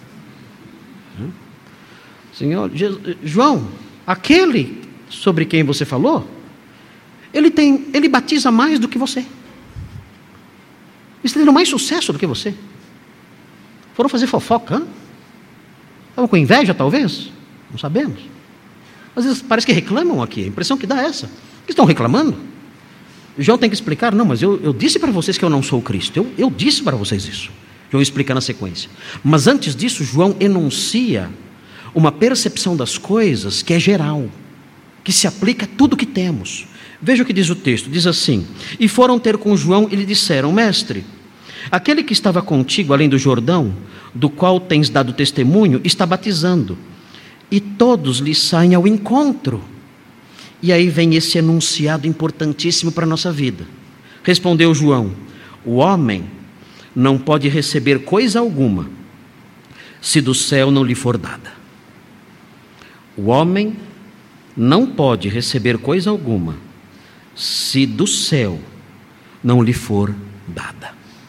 Senhor, João, aquele sobre quem você falou, ele tem, ele batiza mais do que você. Eles estão tendo mais sucesso do que você. Foram fazer fofoca, hein? Estavam com inveja, talvez? Não sabemos. Às vezes parece que reclamam aqui, a impressão que dá é essa. Eles estão reclamando. João tem que explicar, não, mas eu, eu disse para vocês que eu não sou o Cristo. Eu, eu disse para vocês isso. João explica na sequência. Mas antes disso, João enuncia uma percepção das coisas que é geral, que se aplica a tudo que temos. Veja o que diz o texto, diz assim: e foram ter com João e lhe disseram: mestre, aquele que estava contigo além do Jordão, do qual tens dado testemunho, está batizando, e todos lhe saem ao encontro. E aí vem esse enunciado importantíssimo para a nossa vida. Respondeu João: o homem não pode receber coisa alguma, se do céu não lhe for dada. O homem não pode receber coisa alguma, se do céu não lhe for dada.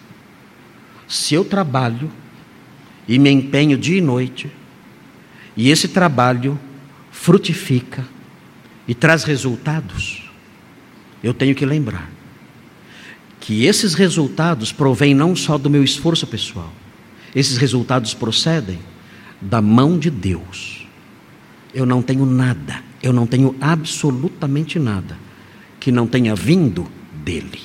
Se eu trabalho e me empenho dia e noite, e esse trabalho frutifica e traz resultados, eu tenho que lembrar que esses resultados provêm não só do meu esforço pessoal, esses resultados procedem da mão de Deus. Eu não tenho nada, eu não tenho absolutamente nada que não tenha vindo dele.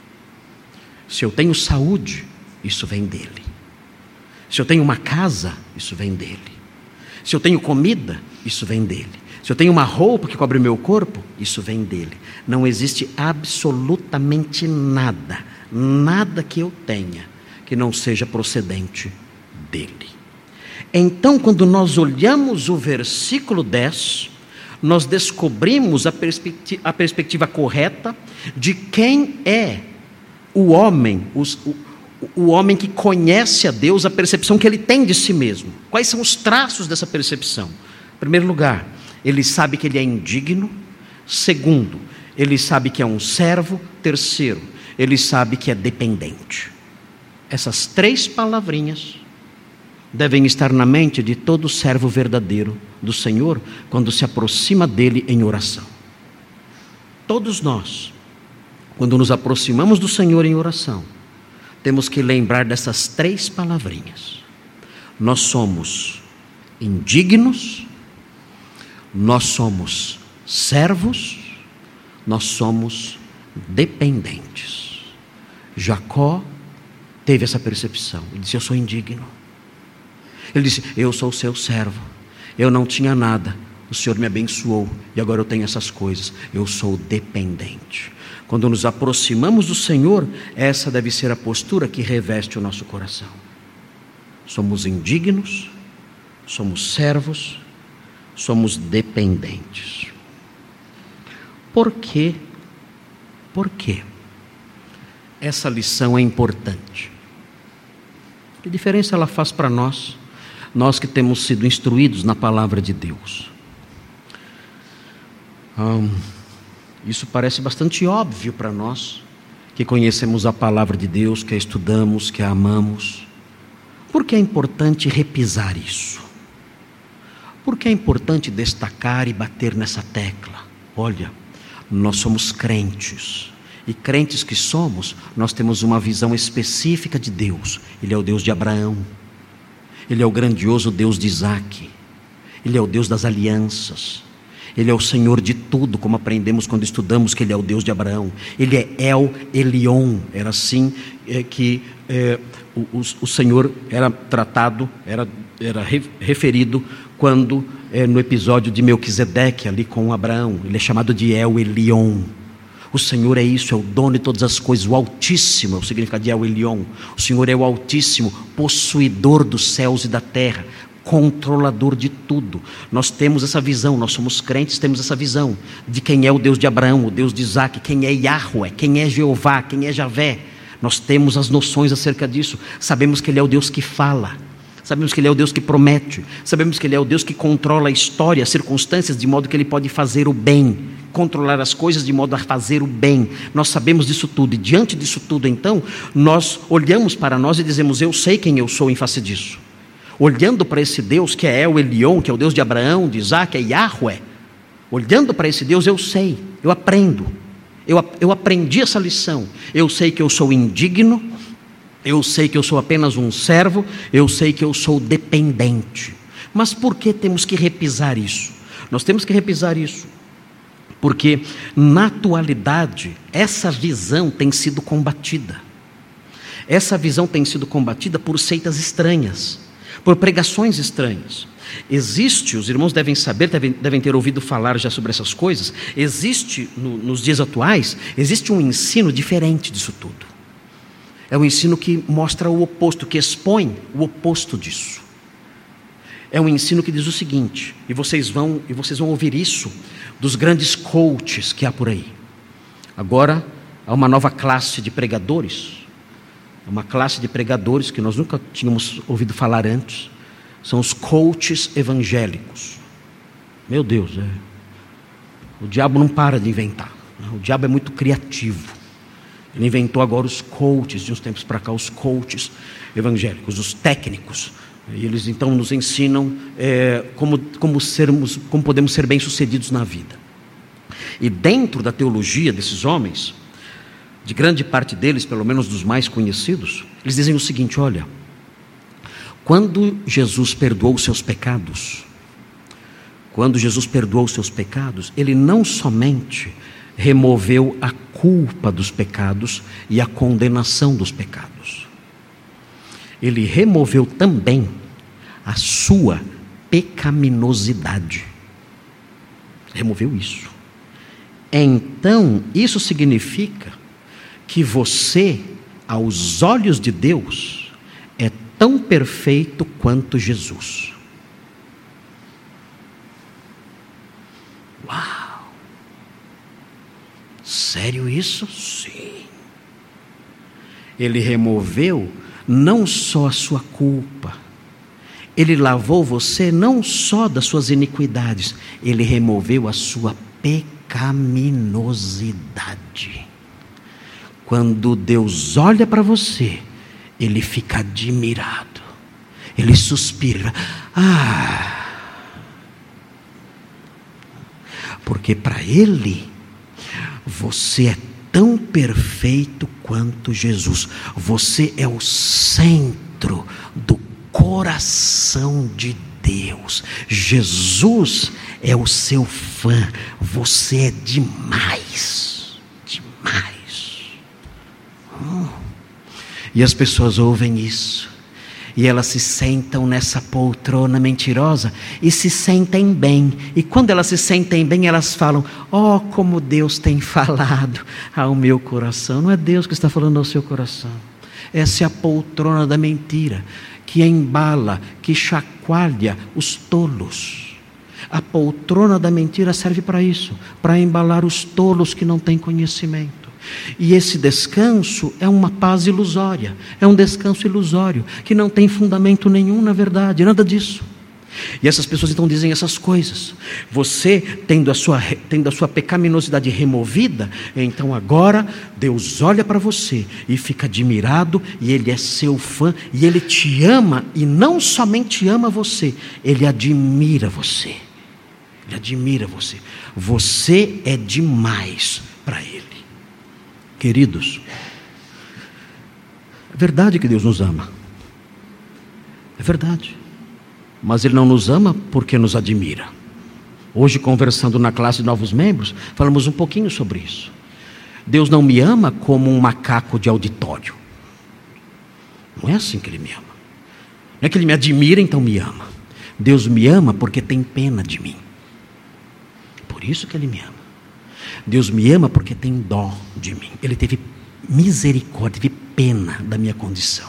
Se eu tenho saúde, isso vem dele. Se eu tenho uma casa, isso vem dele. Se eu tenho comida, isso vem dele. Se eu tenho uma roupa que cobre o meu corpo, isso vem dele. Não existe absolutamente nada, nada que eu tenha que não seja procedente dele. Então, quando nós olhamos o versículo dez, nós descobrimos a perspectiva, a perspectiva correta de quem é o homem, os, o, o homem que conhece a Deus, a percepção que ele tem de si mesmo. Quais são os traços dessa percepção? Em primeiro lugar, ele sabe que ele é indigno. Segundo, ele sabe que é um servo. Terceiro, ele sabe que é dependente. Essas três palavrinhas devem estar na mente de todo servo verdadeiro do Senhor quando se aproxima dele em oração. Todos nós, quando nos aproximamos do Senhor em oração, temos que lembrar dessas três palavrinhas. Nós somos indignos, nós somos servos, nós somos dependentes. Jacó teve essa percepção. Ele disse: eu sou indigno. Ele disse: eu sou o seu servo, eu não tinha nada, o Senhor me abençoou e agora eu tenho essas coisas. Eu sou dependente. Quando nos aproximamos do Senhor, essa deve ser a postura que reveste o nosso coração. Somos indignos, somos servos, somos dependentes. Por quê? Por quê? Essa lição é importante. Que diferença ela faz para nós, nós que temos sido instruídos na palavra de Deus? Hum, isso parece bastante óbvio para nós, que conhecemos a palavra de Deus, que a estudamos, que a amamos. Por que é importante repisar isso? Por que é importante destacar e bater nessa tecla? Olha, nós somos crentes. E crentes que somos, nós temos uma visão específica de Deus. Ele é o Deus de Abraão. Ele é o grandioso Deus de Isaac. Ele é o Deus das alianças. Ele é o Senhor de tudo, como aprendemos quando estudamos que Ele é o Deus de Abraão. Ele é El Elyon. Era assim é, que é, o, o, o Senhor era tratado, era, era referido quando é, no episódio de Melquisedeque, ali com Abraão. Ele é chamado de El Elyon. O Senhor é isso, é o dono de todas as coisas, o Altíssimo, é o significado de El Elyon. O Senhor é o Altíssimo, possuidor dos céus e da terra, controlador de tudo. Nós temos essa visão, nós somos crentes, temos essa visão de quem é o Deus de Abraão, o Deus de Isaac, quem é Yahweh, quem é Jeová, quem é Javé. Nós temos as noções acerca disso. Sabemos que Ele é o Deus que fala, sabemos que Ele é o Deus que promete, sabemos que Ele é o Deus que controla a história, as circunstâncias, de modo que Ele pode fazer o bem, controlar as coisas de modo a fazer o bem. Nós sabemos disso tudo, e diante disso tudo, então, nós olhamos para nós e dizemos: eu sei quem eu sou em face disso. Olhando para esse Deus que é El Elyon, que é o Deus de Abraão, de Isaac, é Yahweh, olhando para esse Deus, eu sei, eu aprendo, eu, eu aprendi essa lição. Eu sei que eu sou indigno, eu sei que eu sou apenas um servo, eu sei que eu sou dependente. Mas por que temos que repisar isso? Nós temos que repisar isso porque na atualidade essa visão tem sido combatida. Essa visão tem sido combatida por seitas estranhas, por pregações estranhas. Existe, os irmãos devem saber, devem, devem ter ouvido falar já sobre essas coisas, existe no, nos dias atuais, existe um ensino diferente disso tudo. É um ensino que mostra o oposto, que expõe o oposto disso. É um ensino que diz o seguinte, e vocês vão, e vocês vão ouvir isso dos grandes coaches que há por aí. Agora há uma nova classe de pregadores, uma classe de pregadores que nós nunca tínhamos ouvido falar antes. São os coaches evangélicos. Meu Deus, é. O diabo não para de inventar. O diabo é muito criativo. Ele inventou agora os coaches, de uns tempos para cá, os coaches evangélicos, os técnicos. E eles então nos ensinam é, como, como, sermos, como podemos ser bem-sucedidos na vida. E dentro da teologia desses homens, de grande parte deles, pelo menos dos mais conhecidos, eles dizem o seguinte: olha, quando Jesus perdoou os seus pecados, quando Jesus perdoou os seus pecados, Ele não somente removeu a culpa dos pecados e a condenação dos pecados, Ele removeu também a sua pecaminosidade. Removeu isso. Então, isso significa que você, aos olhos de Deus, é tão perfeito quanto Jesus. Uau! Sério isso? Sim. Ele removeu não só a sua culpa, Ele lavou você não só das suas iniquidades, Ele removeu a sua pecaminosidade. Quando Deus olha para você, Ele fica admirado, Ele suspira, ah, porque para Ele, você é tão perfeito quanto Jesus. Você é o centro do coração de Deus. Jesus é o seu fã. Você é demais, demais. Hum. E as pessoas ouvem isso, e elas se sentam nessa poltrona mentirosa e se sentem bem. E quando elas se sentem bem, elas falam: oh, como Deus tem falado ao meu coração. Não é Deus que está falando ao seu coração. Essa é a poltrona da mentira, que embala, que chacoalha os tolos. A poltrona da mentira serve para isso, para embalar os tolos que não têm conhecimento. E esse descanso é uma paz ilusória, é um descanso ilusório, que não tem fundamento nenhum na verdade, nada disso. E essas pessoas então dizem essas coisas. Você, tendo a sua, tendo a sua pecaminosidade removida, então agora Deus olha para você e fica admirado, e Ele é seu fã, e Ele te ama, e não somente ama você, Ele admira você. Ele admira você. Você é demais para Ele. Queridos, é verdade que Deus nos ama, é verdade, mas Ele não nos ama porque nos admira. Hoje, conversando na classe de novos membros, falamos um pouquinho sobre isso. Deus não me ama como um macaco de auditório. Não é assim que Ele me ama. Não é que Ele me admira, então me ama. Deus me ama porque tem pena de mim. Por isso que Ele me ama. Deus me ama porque tem dó de mim. Ele teve misericórdia, teve pena da minha condição.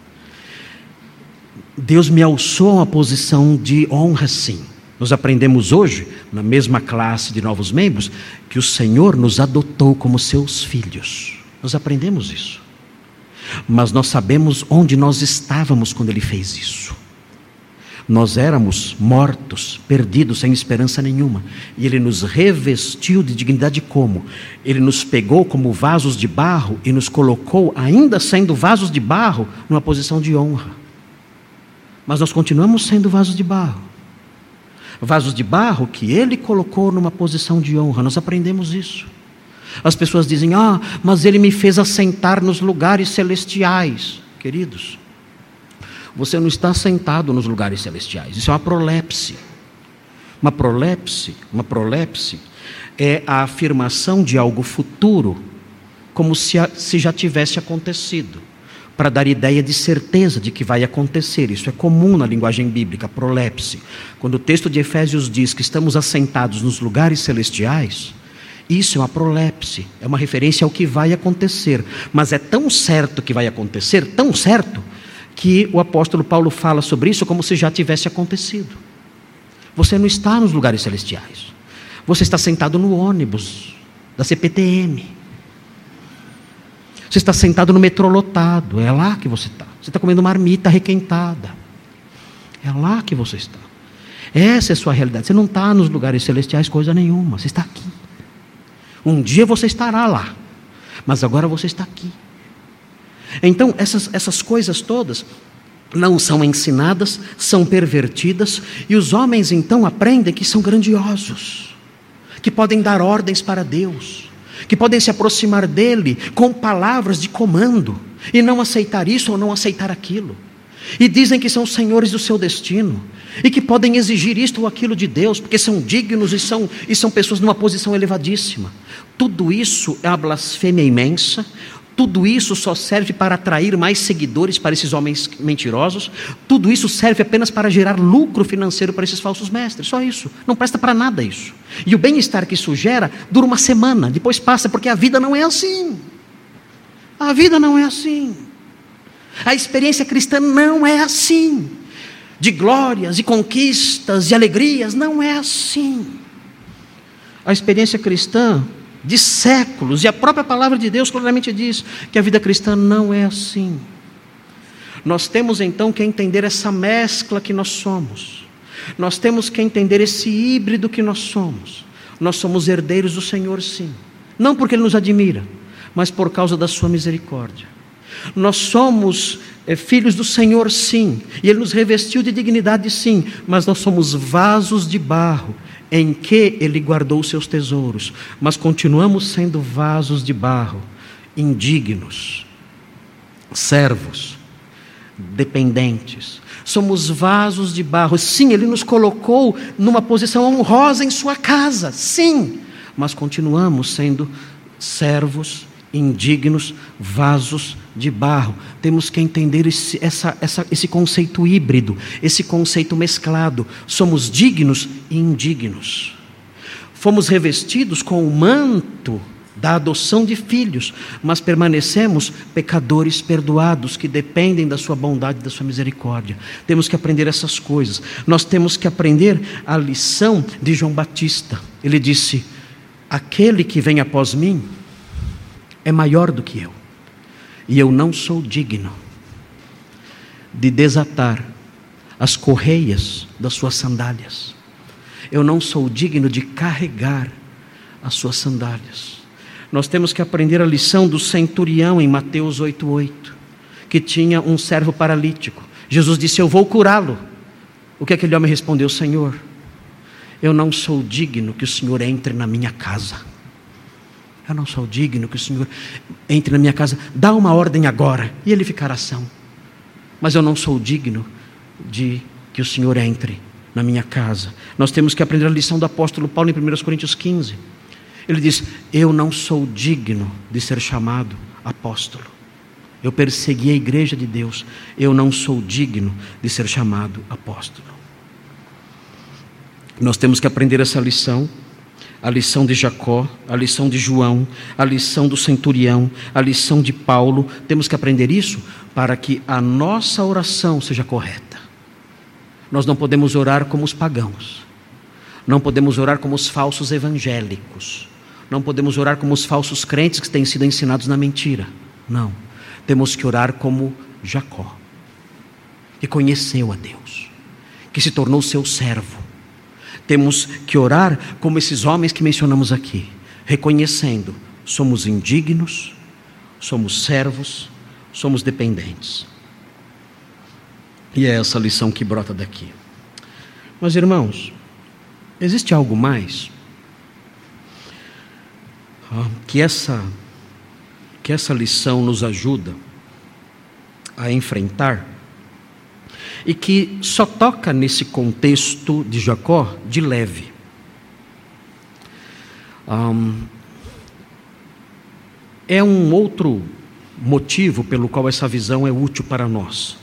Deus me alçou a uma posição de honra, sim. Nós aprendemos hoje, na mesma classe de novos membros, que o Senhor nos adotou como seus filhos. Nós aprendemos isso. Mas nós sabemos onde nós estávamos quando Ele fez isso. Nós éramos mortos, perdidos, sem esperança nenhuma. E Ele nos revestiu de dignidade como? Ele nos pegou como vasos de barro e nos colocou, ainda sendo vasos de barro, numa posição de honra. Mas nós continuamos sendo vasos de barro. Vasos de barro que Ele colocou numa posição de honra. Nós aprendemos isso. As pessoas dizem: ah, mas Ele me fez assentar nos lugares celestiais. Queridos, você não está sentado nos lugares celestiais. Isso é uma prolepse. Uma prolepse, uma prolepse é a afirmação de algo futuro, como se, a, se já tivesse acontecido, para dar ideia de certeza de que vai acontecer. Isso é comum na linguagem bíblica, prolepse. Quando o texto de Efésios diz que estamos assentados nos lugares celestiais, isso é uma prolepse, é uma referência ao que vai acontecer. Mas é tão certo que vai acontecer, tão certo, que o apóstolo Paulo fala sobre isso como se já tivesse acontecido. Você não está nos lugares celestiais. Você está sentado no ônibus da C P T M. Você está sentado no metrô lotado. É lá que você está. Você está comendo marmita requentada. É lá que você está. Essa é a sua realidade. Você não está nos lugares celestiais coisa nenhuma. Você está aqui. Um dia você estará lá. mas agora você está aqui. Então, essas, essas coisas todas não são ensinadas, são pervertidas, e os homens então aprendem que são grandiosos, que podem dar ordens para Deus, que podem se aproximar dele com palavras de comando, e não aceitar isso ou não aceitar aquilo. E dizem que são senhores do seu destino, e que podem exigir isto ou aquilo de Deus, porque são dignos e são, e são pessoas numa posição elevadíssima. Tudo isso é uma blasfêmia imensa. Tudo isso só serve para atrair mais seguidores para esses homens mentirosos. Tudo isso serve apenas para gerar lucro financeiro para esses falsos mestres. Só isso, não presta para nada isso. E o bem-estar que isso gera dura uma semana, depois passa, porque a vida não é assim. A vida não é assim. A experiência cristã não é assim. De glórias e conquistas e alegrias, não é assim. A experiência cristã de séculos, e a própria palavra de Deus claramente diz que a vida cristã não é assim. Nós temos então que entender essa mescla que nós somos. Nós temos que entender esse híbrido que nós somos. Nós somos herdeiros do Senhor, sim. Não porque Ele nos admira, mas por causa da sua misericórdia. Nós somos é, filhos do Senhor, sim, e Ele nos revestiu de dignidade, sim, mas nós somos vasos de barro, em que Ele guardou os seus tesouros, mas continuamos sendo vasos de barro, indignos, servos, dependentes. Somos vasos de barro, sim, Ele nos colocou numa posição honrosa em sua casa, sim, mas continuamos sendo servos, indignos, vasos de barro. Temos que entender esse, essa, essa, esse conceito híbrido, esse conceito mesclado. Somos dignos e indignos. Fomos revestidos com o manto da adoção de filhos, mas permanecemos pecadores perdoados, que dependem da sua bondade e da sua misericórdia. Temos que aprender essas coisas. Nós temos que aprender a lição de João Batista. Ele disse: aquele que vem após mim é maior do que eu, e eu não sou digno de desatar as correias das suas sandálias. Eu não sou digno de carregar as suas sandálias. Nós temos que aprender a lição do centurião em Mateus oito, oito, que tinha um servo paralítico. Jesus disse: eu vou curá-lo. O que aquele homem respondeu? Senhor, eu não sou digno que o Senhor entre na minha casa. Eu não sou digno que o Senhor entre na minha casa. Dá uma ordem agora e ele ficará são. Mas eu não sou digno de que o Senhor entre na minha casa. Nós temos que aprender a lição do apóstolo Paulo em primeira Coríntios quinze. Ele diz: eu não sou digno de ser chamado apóstolo. Eu persegui a igreja de Deus. Eu não sou digno de ser chamado apóstolo. Nós temos que aprender essa lição. A lição de Jacó, a lição de João, a lição do centurião, a lição de Paulo. Temos que aprender isso para que a nossa oração seja correta. Nós não podemos orar como os pagãos. Não podemos orar como os falsos evangélicos. Não podemos orar como os falsos crentes que têm sido ensinados na mentira. Não. Temos que orar como Jacó, que conheceu a Deus, que se tornou seu servo. Temos que orar como esses homens que mencionamos aqui, reconhecendo: somos indignos, somos servos, somos dependentes. E é essa lição que brota daqui. Mas, irmãos, existe algo mais que essa, que essa lição nos ajuda a enfrentar, e que só toca nesse contexto de Jacó de leve. Um, é um outro motivo pelo qual essa visão é útil para nós.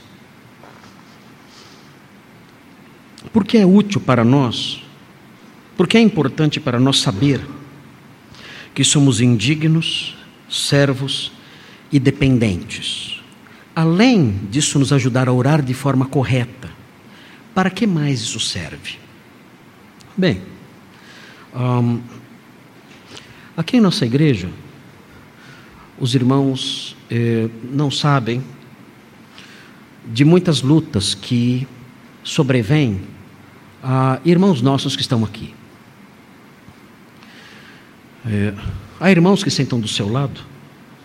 Por que é útil para nós? Porque é importante para nós saber que somos indignos, servos e dependentes. Além disso nos ajudar a orar de forma correta, para que mais isso serve? Bem, um, aqui em nossa igreja, os irmãos eh, não sabem de muitas lutas que sobrevêm a irmãos nossos que estão aqui. É, há irmãos que sentam do seu lado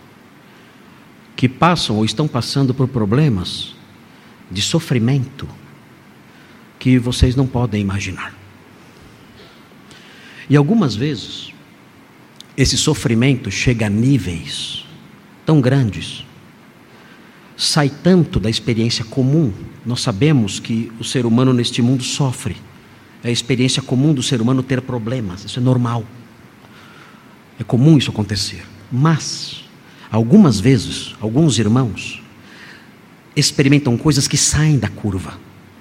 que passam ou estão passando por problemas de sofrimento que vocês não podem imaginar. E algumas vezes, esse sofrimento chega a níveis tão grandes, sai tanto da experiência comum. Nós sabemos que o ser humano neste mundo sofre. É a experiência comum do ser humano ter problemas, isso é normal. É comum isso acontecer. Mas, algumas vezes, alguns irmãos experimentam coisas que saem da curva.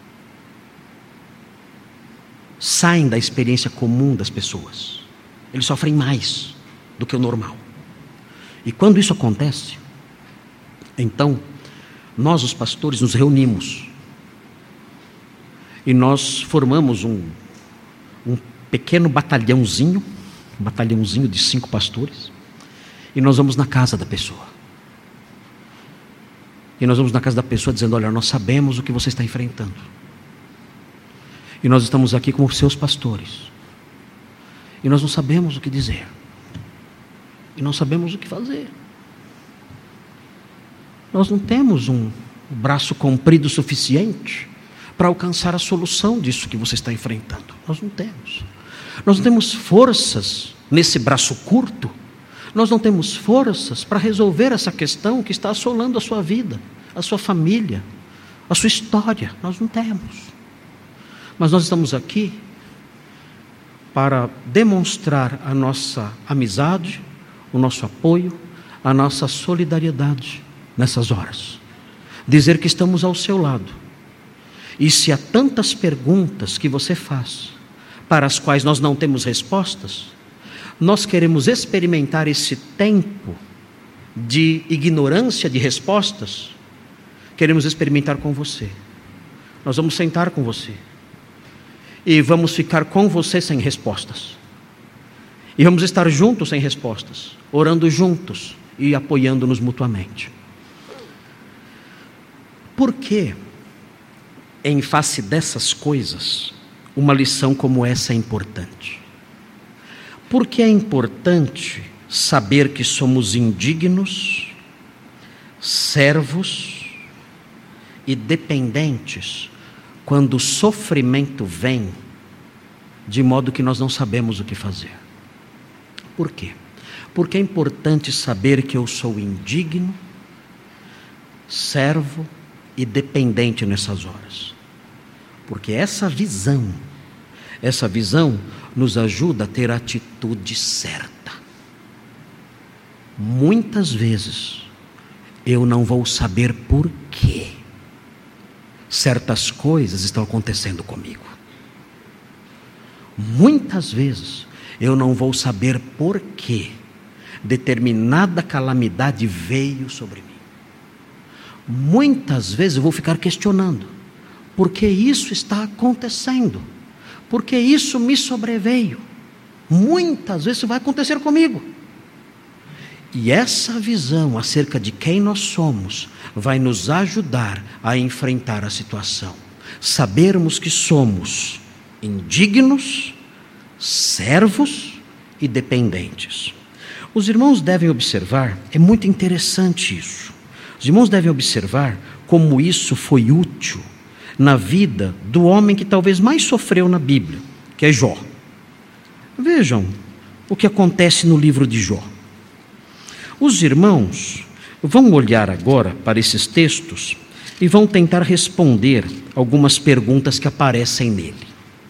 Saem da experiência comum das pessoas. Eles sofrem mais do que o normal. E quando isso acontece, então, nós os pastores nos reunimos. E nós formamos um, um pequeno batalhãozinho, um batalhãozinho de cinco pastores, e nós vamos na casa da pessoa. E nós vamos na casa da pessoa dizendo: olha, nós sabemos o que você está enfrentando. E nós estamos aqui como seus pastores. E nós não sabemos o que dizer. E não sabemos o que fazer. Nós não temos um braço comprido suficiente para alcançar a solução disso que você está enfrentando. Nós não temos. Nós não temos forças nesse braço curto. Nós não temos forças para resolver essa questão que está assolando a sua vida, a sua família, a sua história. Nós não temos. Mas nós estamos aqui para demonstrar a nossa amizade, o nosso apoio, a nossa solidariedade nessas horas. Dizer que estamos ao seu lado. E se há tantas perguntas que você faz, para as quais nós não temos respostas, nós queremos experimentar esse tempo de ignorância de respostas, queremos experimentar com você. Nós vamos sentar com você. E vamos ficar com você sem respostas. E vamos estar juntos sem respostas, orando juntos e apoiando-nos mutuamente. Por que, em face dessas coisas, uma lição como essa é importante? Porque é importante saber que somos indignos, servos e dependentes quando o sofrimento vem de modo que nós não sabemos o que fazer. Por quê? Porque é importante saber que eu sou indigno, servo e dependente nessas horas. Porque essa visão, essa visão nos ajuda a ter a atitude certa. Muitas vezes eu não vou saber por quê certas coisas estão acontecendo comigo. Muitas vezes eu não vou saber por que determinada calamidade veio sobre mim. Muitas vezes eu vou ficar questionando: por que isso está acontecendo? Por que isso me sobreveio? Muitas vezes isso vai acontecer comigo. E essa visão acerca de quem nós somos vai nos ajudar a enfrentar a situação. Sabermos que somos indignos, servos e dependentes. Os irmãos devem observar, é muito interessante isso. Os irmãos devem observar como isso foi útil na vida do homem que talvez mais sofreu na Bíblia, que é Jó. Vejam o que acontece no livro de Jó. Os irmãos vão olhar agora para esses textos e vão tentar responder algumas perguntas que aparecem nele.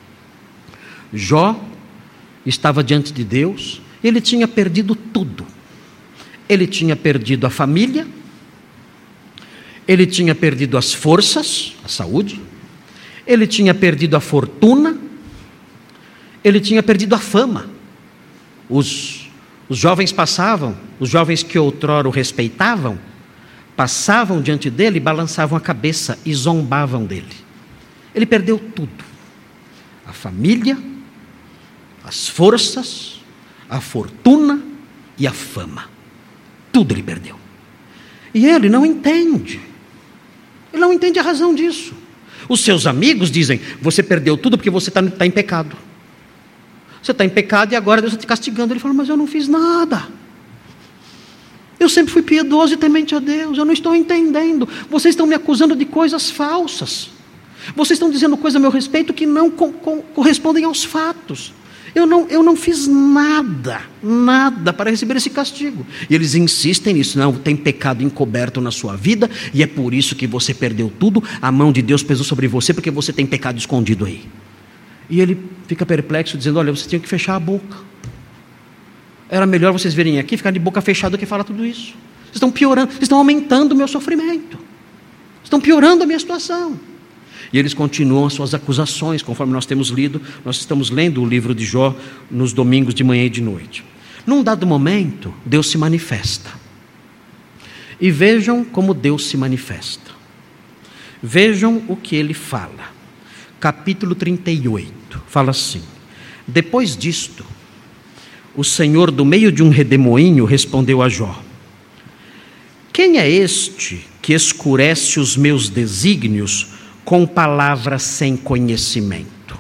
Jó estava diante de Deus, ele tinha perdido tudo. Ele tinha perdido a família, ele tinha perdido as forças, a saúde, ele tinha perdido a fortuna, ele tinha perdido a fama. Os Os jovens passavam, os jovens que outrora o respeitavam, passavam diante dele, balançavam a cabeça e zombavam dele. Ele perdeu tudo: a família, as forças, a fortuna e a fama. Tudo ele perdeu. E ele não entende. Ele não entende a razão disso. Os seus amigos dizem: você perdeu tudo porque você está tá em pecado. Você está em pecado e agora Deus está te castigando. Ele fala: mas eu não fiz nada. Eu sempre fui piedoso e temente a Deus. Eu não estou entendendo. Vocês estão me acusando de coisas falsas. Vocês estão dizendo coisas a meu respeito que não co- co- correspondem aos fatos. Eu não, eu não fiz nada, nada para receber esse castigo. E eles insistem nisso. Não, tem pecado encoberto na sua vida e é por isso que você perdeu tudo. A mão de Deus pesou sobre você porque você tem pecado escondido aí. E ele fica perplexo dizendo, olha, você tinha que fechar a boca. Era melhor vocês virem aqui, ficar de boca fechada do que falar tudo isso. Vocês estão piorando, vocês estão aumentando o meu sofrimento. Estão piorando a minha situação. E eles continuam as suas acusações, conforme nós temos lido. Nós estamos lendo o livro de Jó nos domingos de manhã e de noite. Num dado momento, Deus se manifesta. E vejam como Deus se manifesta. Vejam o que ele fala. Capítulo trinta e oito, fala assim: depois disto, o Senhor, do meio de um redemoinho, respondeu a Jó: quem é este que escurece os meus desígnios com palavras sem conhecimento?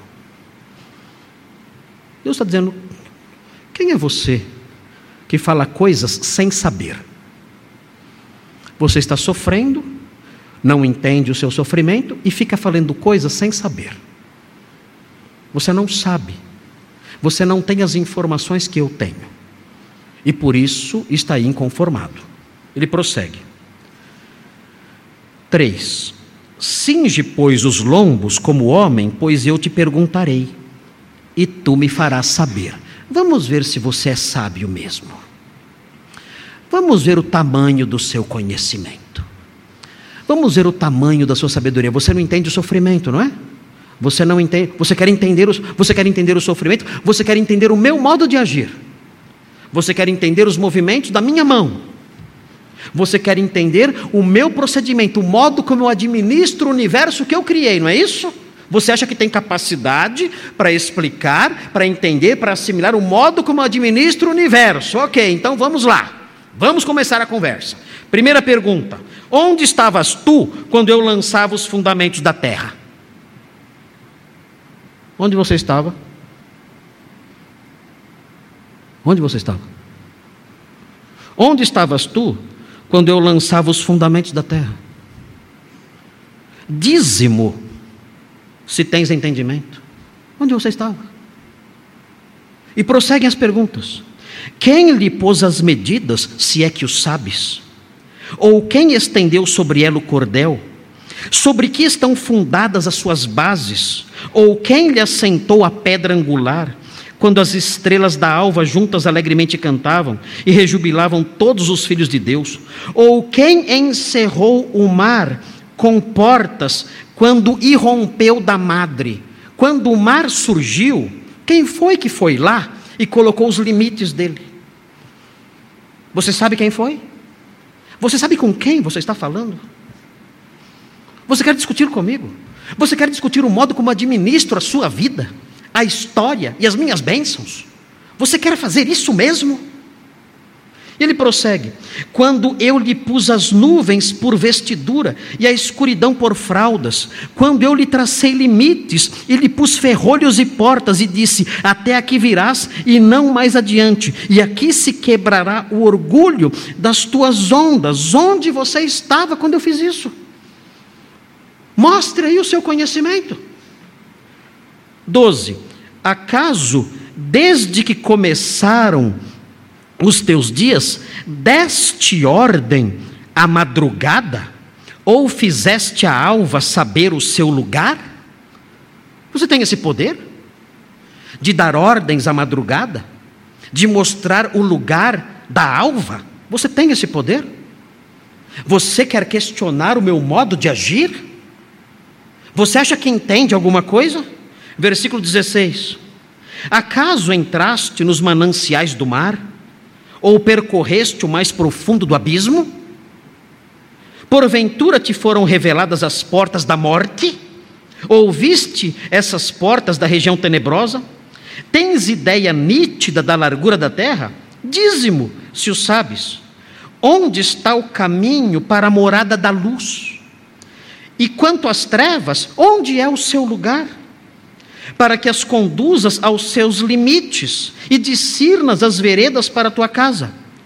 Deus está dizendo, quem é você que fala coisas sem saber? Você está sofrendo, não entende o seu sofrimento e fica falando coisas sem saber. Você não sabe, você não tem as informações que eu tenho, e por isso está inconformado. Ele prossegue. três. Cinge, pois, os lombos como homem, pois eu te perguntarei, e tu me farás saber. Vamos ver se você é sábio mesmo. Vamos ver o tamanho do seu conhecimento. Vamos ver o tamanho da sua sabedoria. Você não entende o sofrimento, não é? Você não entende, você quer entender o, você quer entender o sofrimento, você quer entender o meu modo de agir. Você quer entender os movimentos da minha mão. Você quer entender o meu procedimento, o modo como eu administro o universo que eu criei, não é isso? Você acha que tem capacidade para explicar, para entender, para assimilar o modo como eu administro o universo? Ok, então vamos lá. Vamos começar a conversa. Primeira pergunta: onde estavas tu quando eu lançava os fundamentos da terra? Onde você estava? Onde você estava? Onde estavas tu quando eu lançava os fundamentos da terra? Dízimo, se tens entendimento. Onde você estava? E prosseguem as perguntas. Quem lhe pôs as medidas, se é que o sabes? Ou quem estendeu sobre ela o cordel? Sobre que estão fundadas as suas bases? Ou quem lhe assentou a pedra angular? Quando as estrelas da alva juntas alegremente cantavam e rejubilavam todos os filhos de Deus? Ou quem encerrou o mar com portas quando irrompeu da madre? Quando o mar surgiu, quem foi que foi lá e colocou os limites dele? Você sabe quem foi? Você sabe com quem você está falando? Você quer discutir comigo? Você quer discutir o modo como administro a sua vida, a história e as minhas bênçãos? Você quer fazer isso mesmo? E ele prossegue: quando eu lhe pus as nuvens por vestidura e a escuridão por fraldas, quando eu lhe tracei limites e lhe pus ferrolhos e portas e disse, até aqui virás e não mais adiante, e aqui se quebrará o orgulho das tuas ondas. Onde você estava quando eu fiz isso? Mostre aí o seu conhecimento. doze. Acaso, desde que começaram os teus dias, deste ordem à madrugada? Ou fizeste a alva saber o seu lugar? Você tem esse poder? De dar ordens à madrugada? De mostrar o lugar da alva? Você tem esse poder? Você quer questionar o meu modo de agir? Você acha que entende alguma coisa? Versículo dezesseis. Acaso entraste nos mananciais do mar? Ou percorreste o mais profundo do abismo? Porventura te foram reveladas as portas da morte? Ou viste essas portas da região tenebrosa? Tens ideia nítida da largura da terra? Dize-mo, se o sabes. Onde está o caminho para a morada da luz? E quanto às trevas, onde é o seu lugar? Para que as conduzas aos seus limites e discernas as veredas para a tua casa.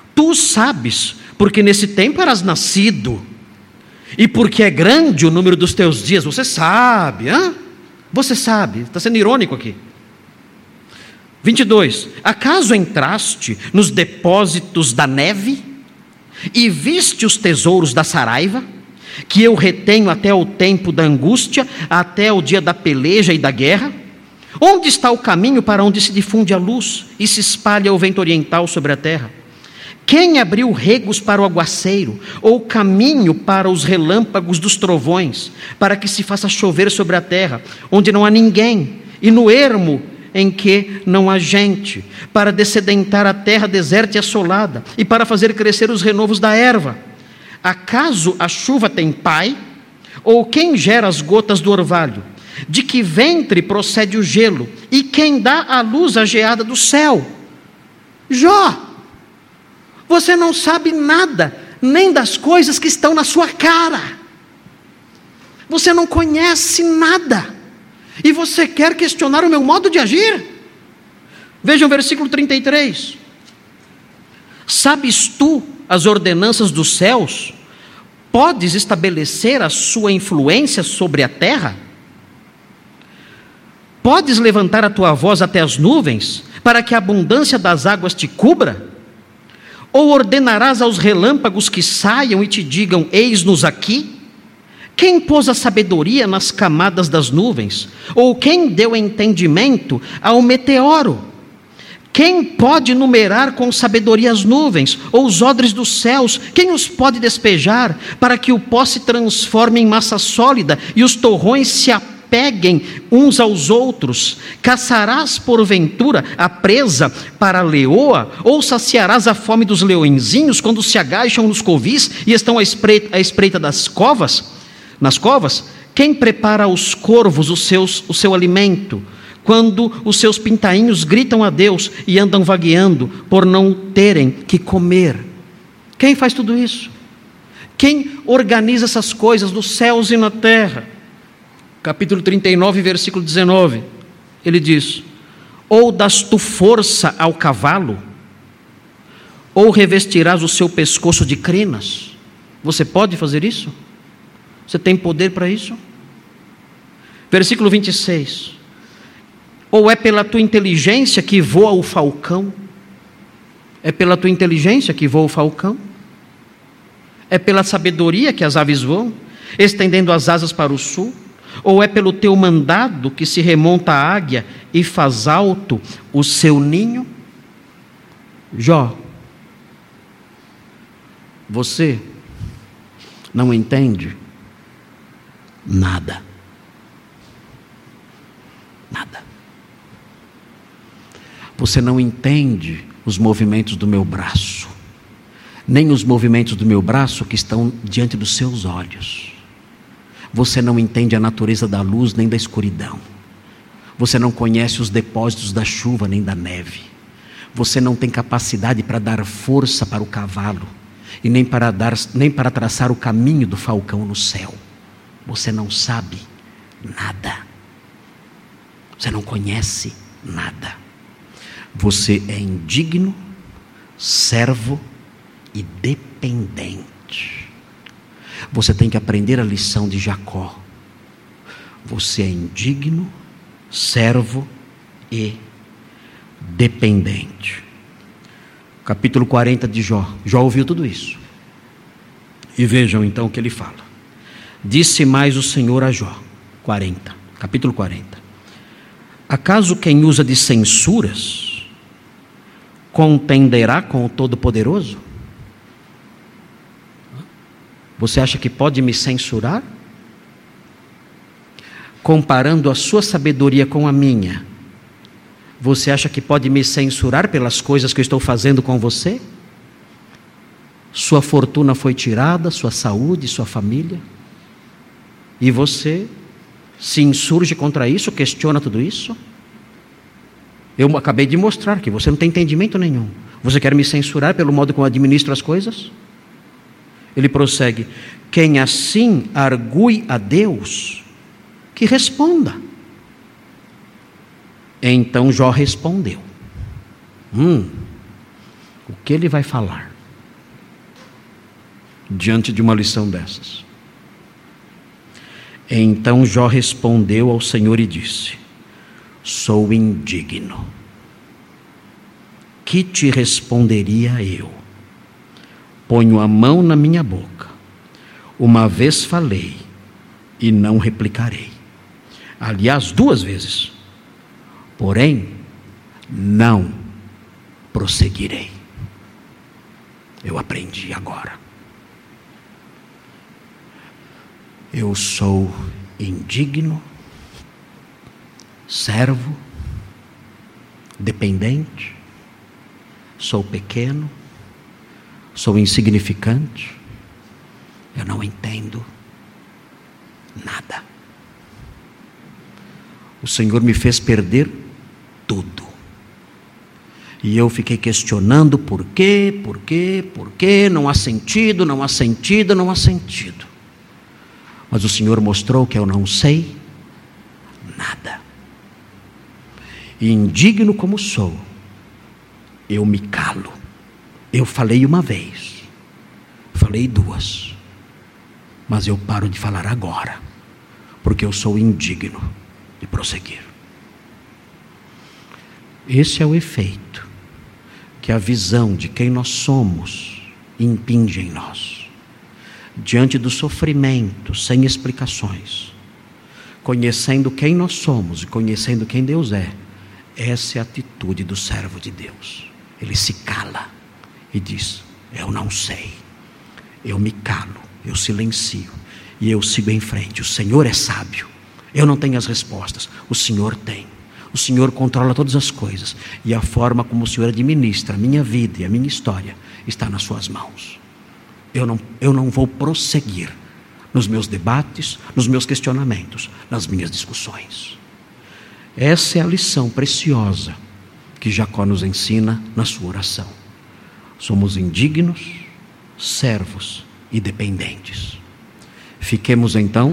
Tu sabes, porque nesse tempo eras nascido, e porque é grande o número dos teus dias. Você sabe, hã? Você sabe, está sendo irônico aqui. vinte e dois. Acaso entraste nos depósitos da neve e viste os tesouros da saraiva, que eu retenho até o tempo da angústia, até o dia da peleja e da guerra? Onde está o caminho para onde se difunde a luz e se espalha o vento oriental sobre a terra? Quem abriu regos para o aguaceiro, ou caminho para os relâmpagos dos trovões, para que se faça chover sobre a terra, onde não há ninguém, e no ermo em que não há gente, para dessedentar a terra deserta e assolada, e para fazer crescer os renovos da erva? Acaso a chuva tem pai? Ou quem gera as gotas do orvalho? De que ventre procede o gelo? E quem dá à luz a geada do céu? Jó, você não sabe nada, nem das coisas que estão na sua cara. Você não conhece nada. E você quer questionar o meu modo de agir? Veja o versículo trinta e três. Sabes tu as ordenanças dos céus? Podes estabelecer a sua influência sobre a terra? Podes levantar a tua voz até as nuvens, para que a abundância das águas te cubra? Ou ordenarás aos relâmpagos que saiam e te digam, eis-nos aqui? Quem pôs a sabedoria nas camadas das nuvens? Ou quem deu entendimento ao meteoro? Quem pode numerar com sabedoria as nuvens, ou os odres dos céus? Quem os pode despejar, para que o pó se transforme em massa sólida, e os torrões se apeguem uns aos outros? Caçarás porventura a presa para a leoa, ou saciarás a fome dos leõezinhos, quando se agacham nos covis, e estão à espreita, à espreita das covas? Nas covas? Quem prepara aos corvos os seus, o seu alimento, quando os seus pintainhos gritam a Deus e andam vagueando por não terem que comer? Quem faz tudo isso? Quem organiza essas coisas nos céus e na terra? Capítulo trinta e nove, versículo dezenove, ele diz: ou das tu força ao cavalo, ou revestirás o seu pescoço de crinas? Você pode fazer isso? Você tem poder para isso? Versículo vinte e seis. Ou é pela tua inteligência que voa o falcão? É pela tua inteligência que voa o falcão? É pela sabedoria que as aves voam, estendendo as asas para o sul? Ou é pelo teu mandado que se remonta a águia e faz alto o seu ninho? Jó, você não entende nada. Nada. Você não entende os movimentos do meu braço, nem os movimentos do meu braço que estão diante dos seus olhos. Você não entende a natureza da luz nem da escuridão. Você não conhece os depósitos da chuva nem da neve. Você não tem capacidade para dar força para o cavalo e nem para, dar, nem para traçar o caminho do falcão no céu. Você não sabe nada. Você não conhece nada. Você é indigno, servo e dependente. Você tem que aprender a lição de Jacó. Você é indigno, servo e dependente. Capítulo quarenta de Jó. Jó ouviu tudo isso. E vejam então o que ele fala. Disse mais o Senhor a Jó. quarenta, capítulo quarenta. Acaso quem usa de censuras contenderá com o Todo-Poderoso? Você acha que pode me censurar? Comparando a sua sabedoria com a minha, você acha que pode me censurar pelas coisas que eu estou fazendo com você? Sua fortuna foi tirada, sua saúde, sua família, e você se insurge contra isso, questiona tudo isso? Eu acabei de mostrar que você não tem entendimento nenhum. Você quer me censurar pelo modo como eu administro as coisas? Ele prossegue: quem assim argue a Deus, que responda. Então Jó respondeu. Hum, o que ele vai falar? diante de uma lição dessas. Então Jó respondeu ao Senhor e disse: sou indigno. Que te responderia eu? Ponho a mão na minha boca. Uma vez falei e não replicarei. Aliás, duas vezes. Porém, não prosseguirei. Eu aprendi agora. Eu sou indigno, servo, dependente, sou pequeno, sou insignificante, eu não entendo nada. O Senhor me fez perder tudo. E eu fiquei questionando por quê, por quê, por quê, não há sentido, não há sentido, não há sentido. Mas o Senhor mostrou que eu não sei nada. E indigno como sou, eu me calo. Eu falei uma vez, falei duas, mas eu paro de falar agora, porque eu sou indigno de prosseguir. Esse é o efeito que a visão de quem nós somos impinge em nós. Diante do sofrimento, sem explicações, conhecendo quem nós somos e conhecendo quem Deus é, essa é a atitude do servo de Deus. Ele se cala e diz: eu não sei. Eu me calo, eu silencio e eu sigo em frente. O Senhor é sábio. Eu não tenho as respostas, o Senhor tem. O Senhor controla todas as coisas e a forma como o Senhor administra a minha vida e a minha história está nas suas mãos. Eu não, eu não vou prosseguir nos meus debates, nos meus questionamentos, nas minhas discussões. Essa é a lição preciosa que Jacó nos ensina na sua oração. Somos indignos, servos e dependentes. Fiquemos então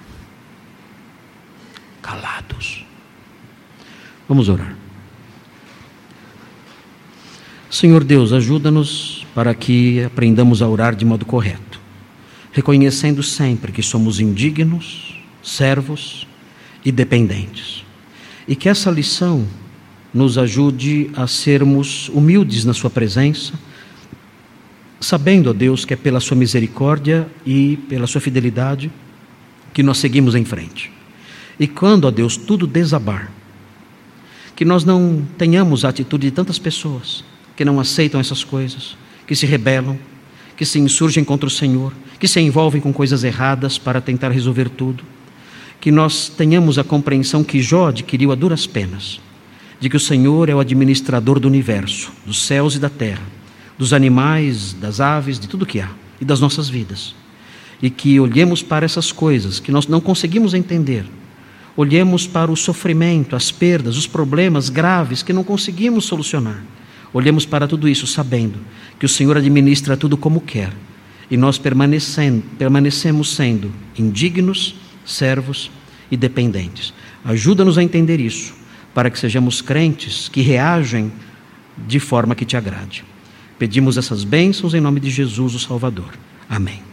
calados. Vamos orar. Senhor Deus, ajuda-nos para que aprendamos a orar de modo correto, reconhecendo sempre que somos indignos, servos e dependentes. E que essa lição nos ajude a sermos humildes na sua presença, sabendo, ó Deus, que é pela sua misericórdia e pela sua fidelidade que nós seguimos em frente. E quando, ó Deus, tudo desabar, que nós não tenhamos a atitude de tantas pessoas que não aceitam essas coisas, que se rebelam, que se insurgem contra o Senhor, que se envolvem com coisas erradas para tentar resolver tudo. Que nós tenhamos a compreensão que Jó adquiriu a duras penas, de que o Senhor é o administrador do universo, dos céus e da terra, dos animais, das aves, de tudo que há, e das nossas vidas. E que olhemos para essas coisas que nós não conseguimos entender, olhemos para o sofrimento, as perdas, os problemas graves que não conseguimos solucionar. Olhemos para tudo isso sabendo que o Senhor administra tudo como quer. E nós permanecendo, permanecemos sendo indignos, servos e dependentes. Ajuda-nos a entender isso, para que sejamos crentes que reagem de forma que te agrade. Pedimos essas bênçãos em nome de Jesus, o Salvador. Amém.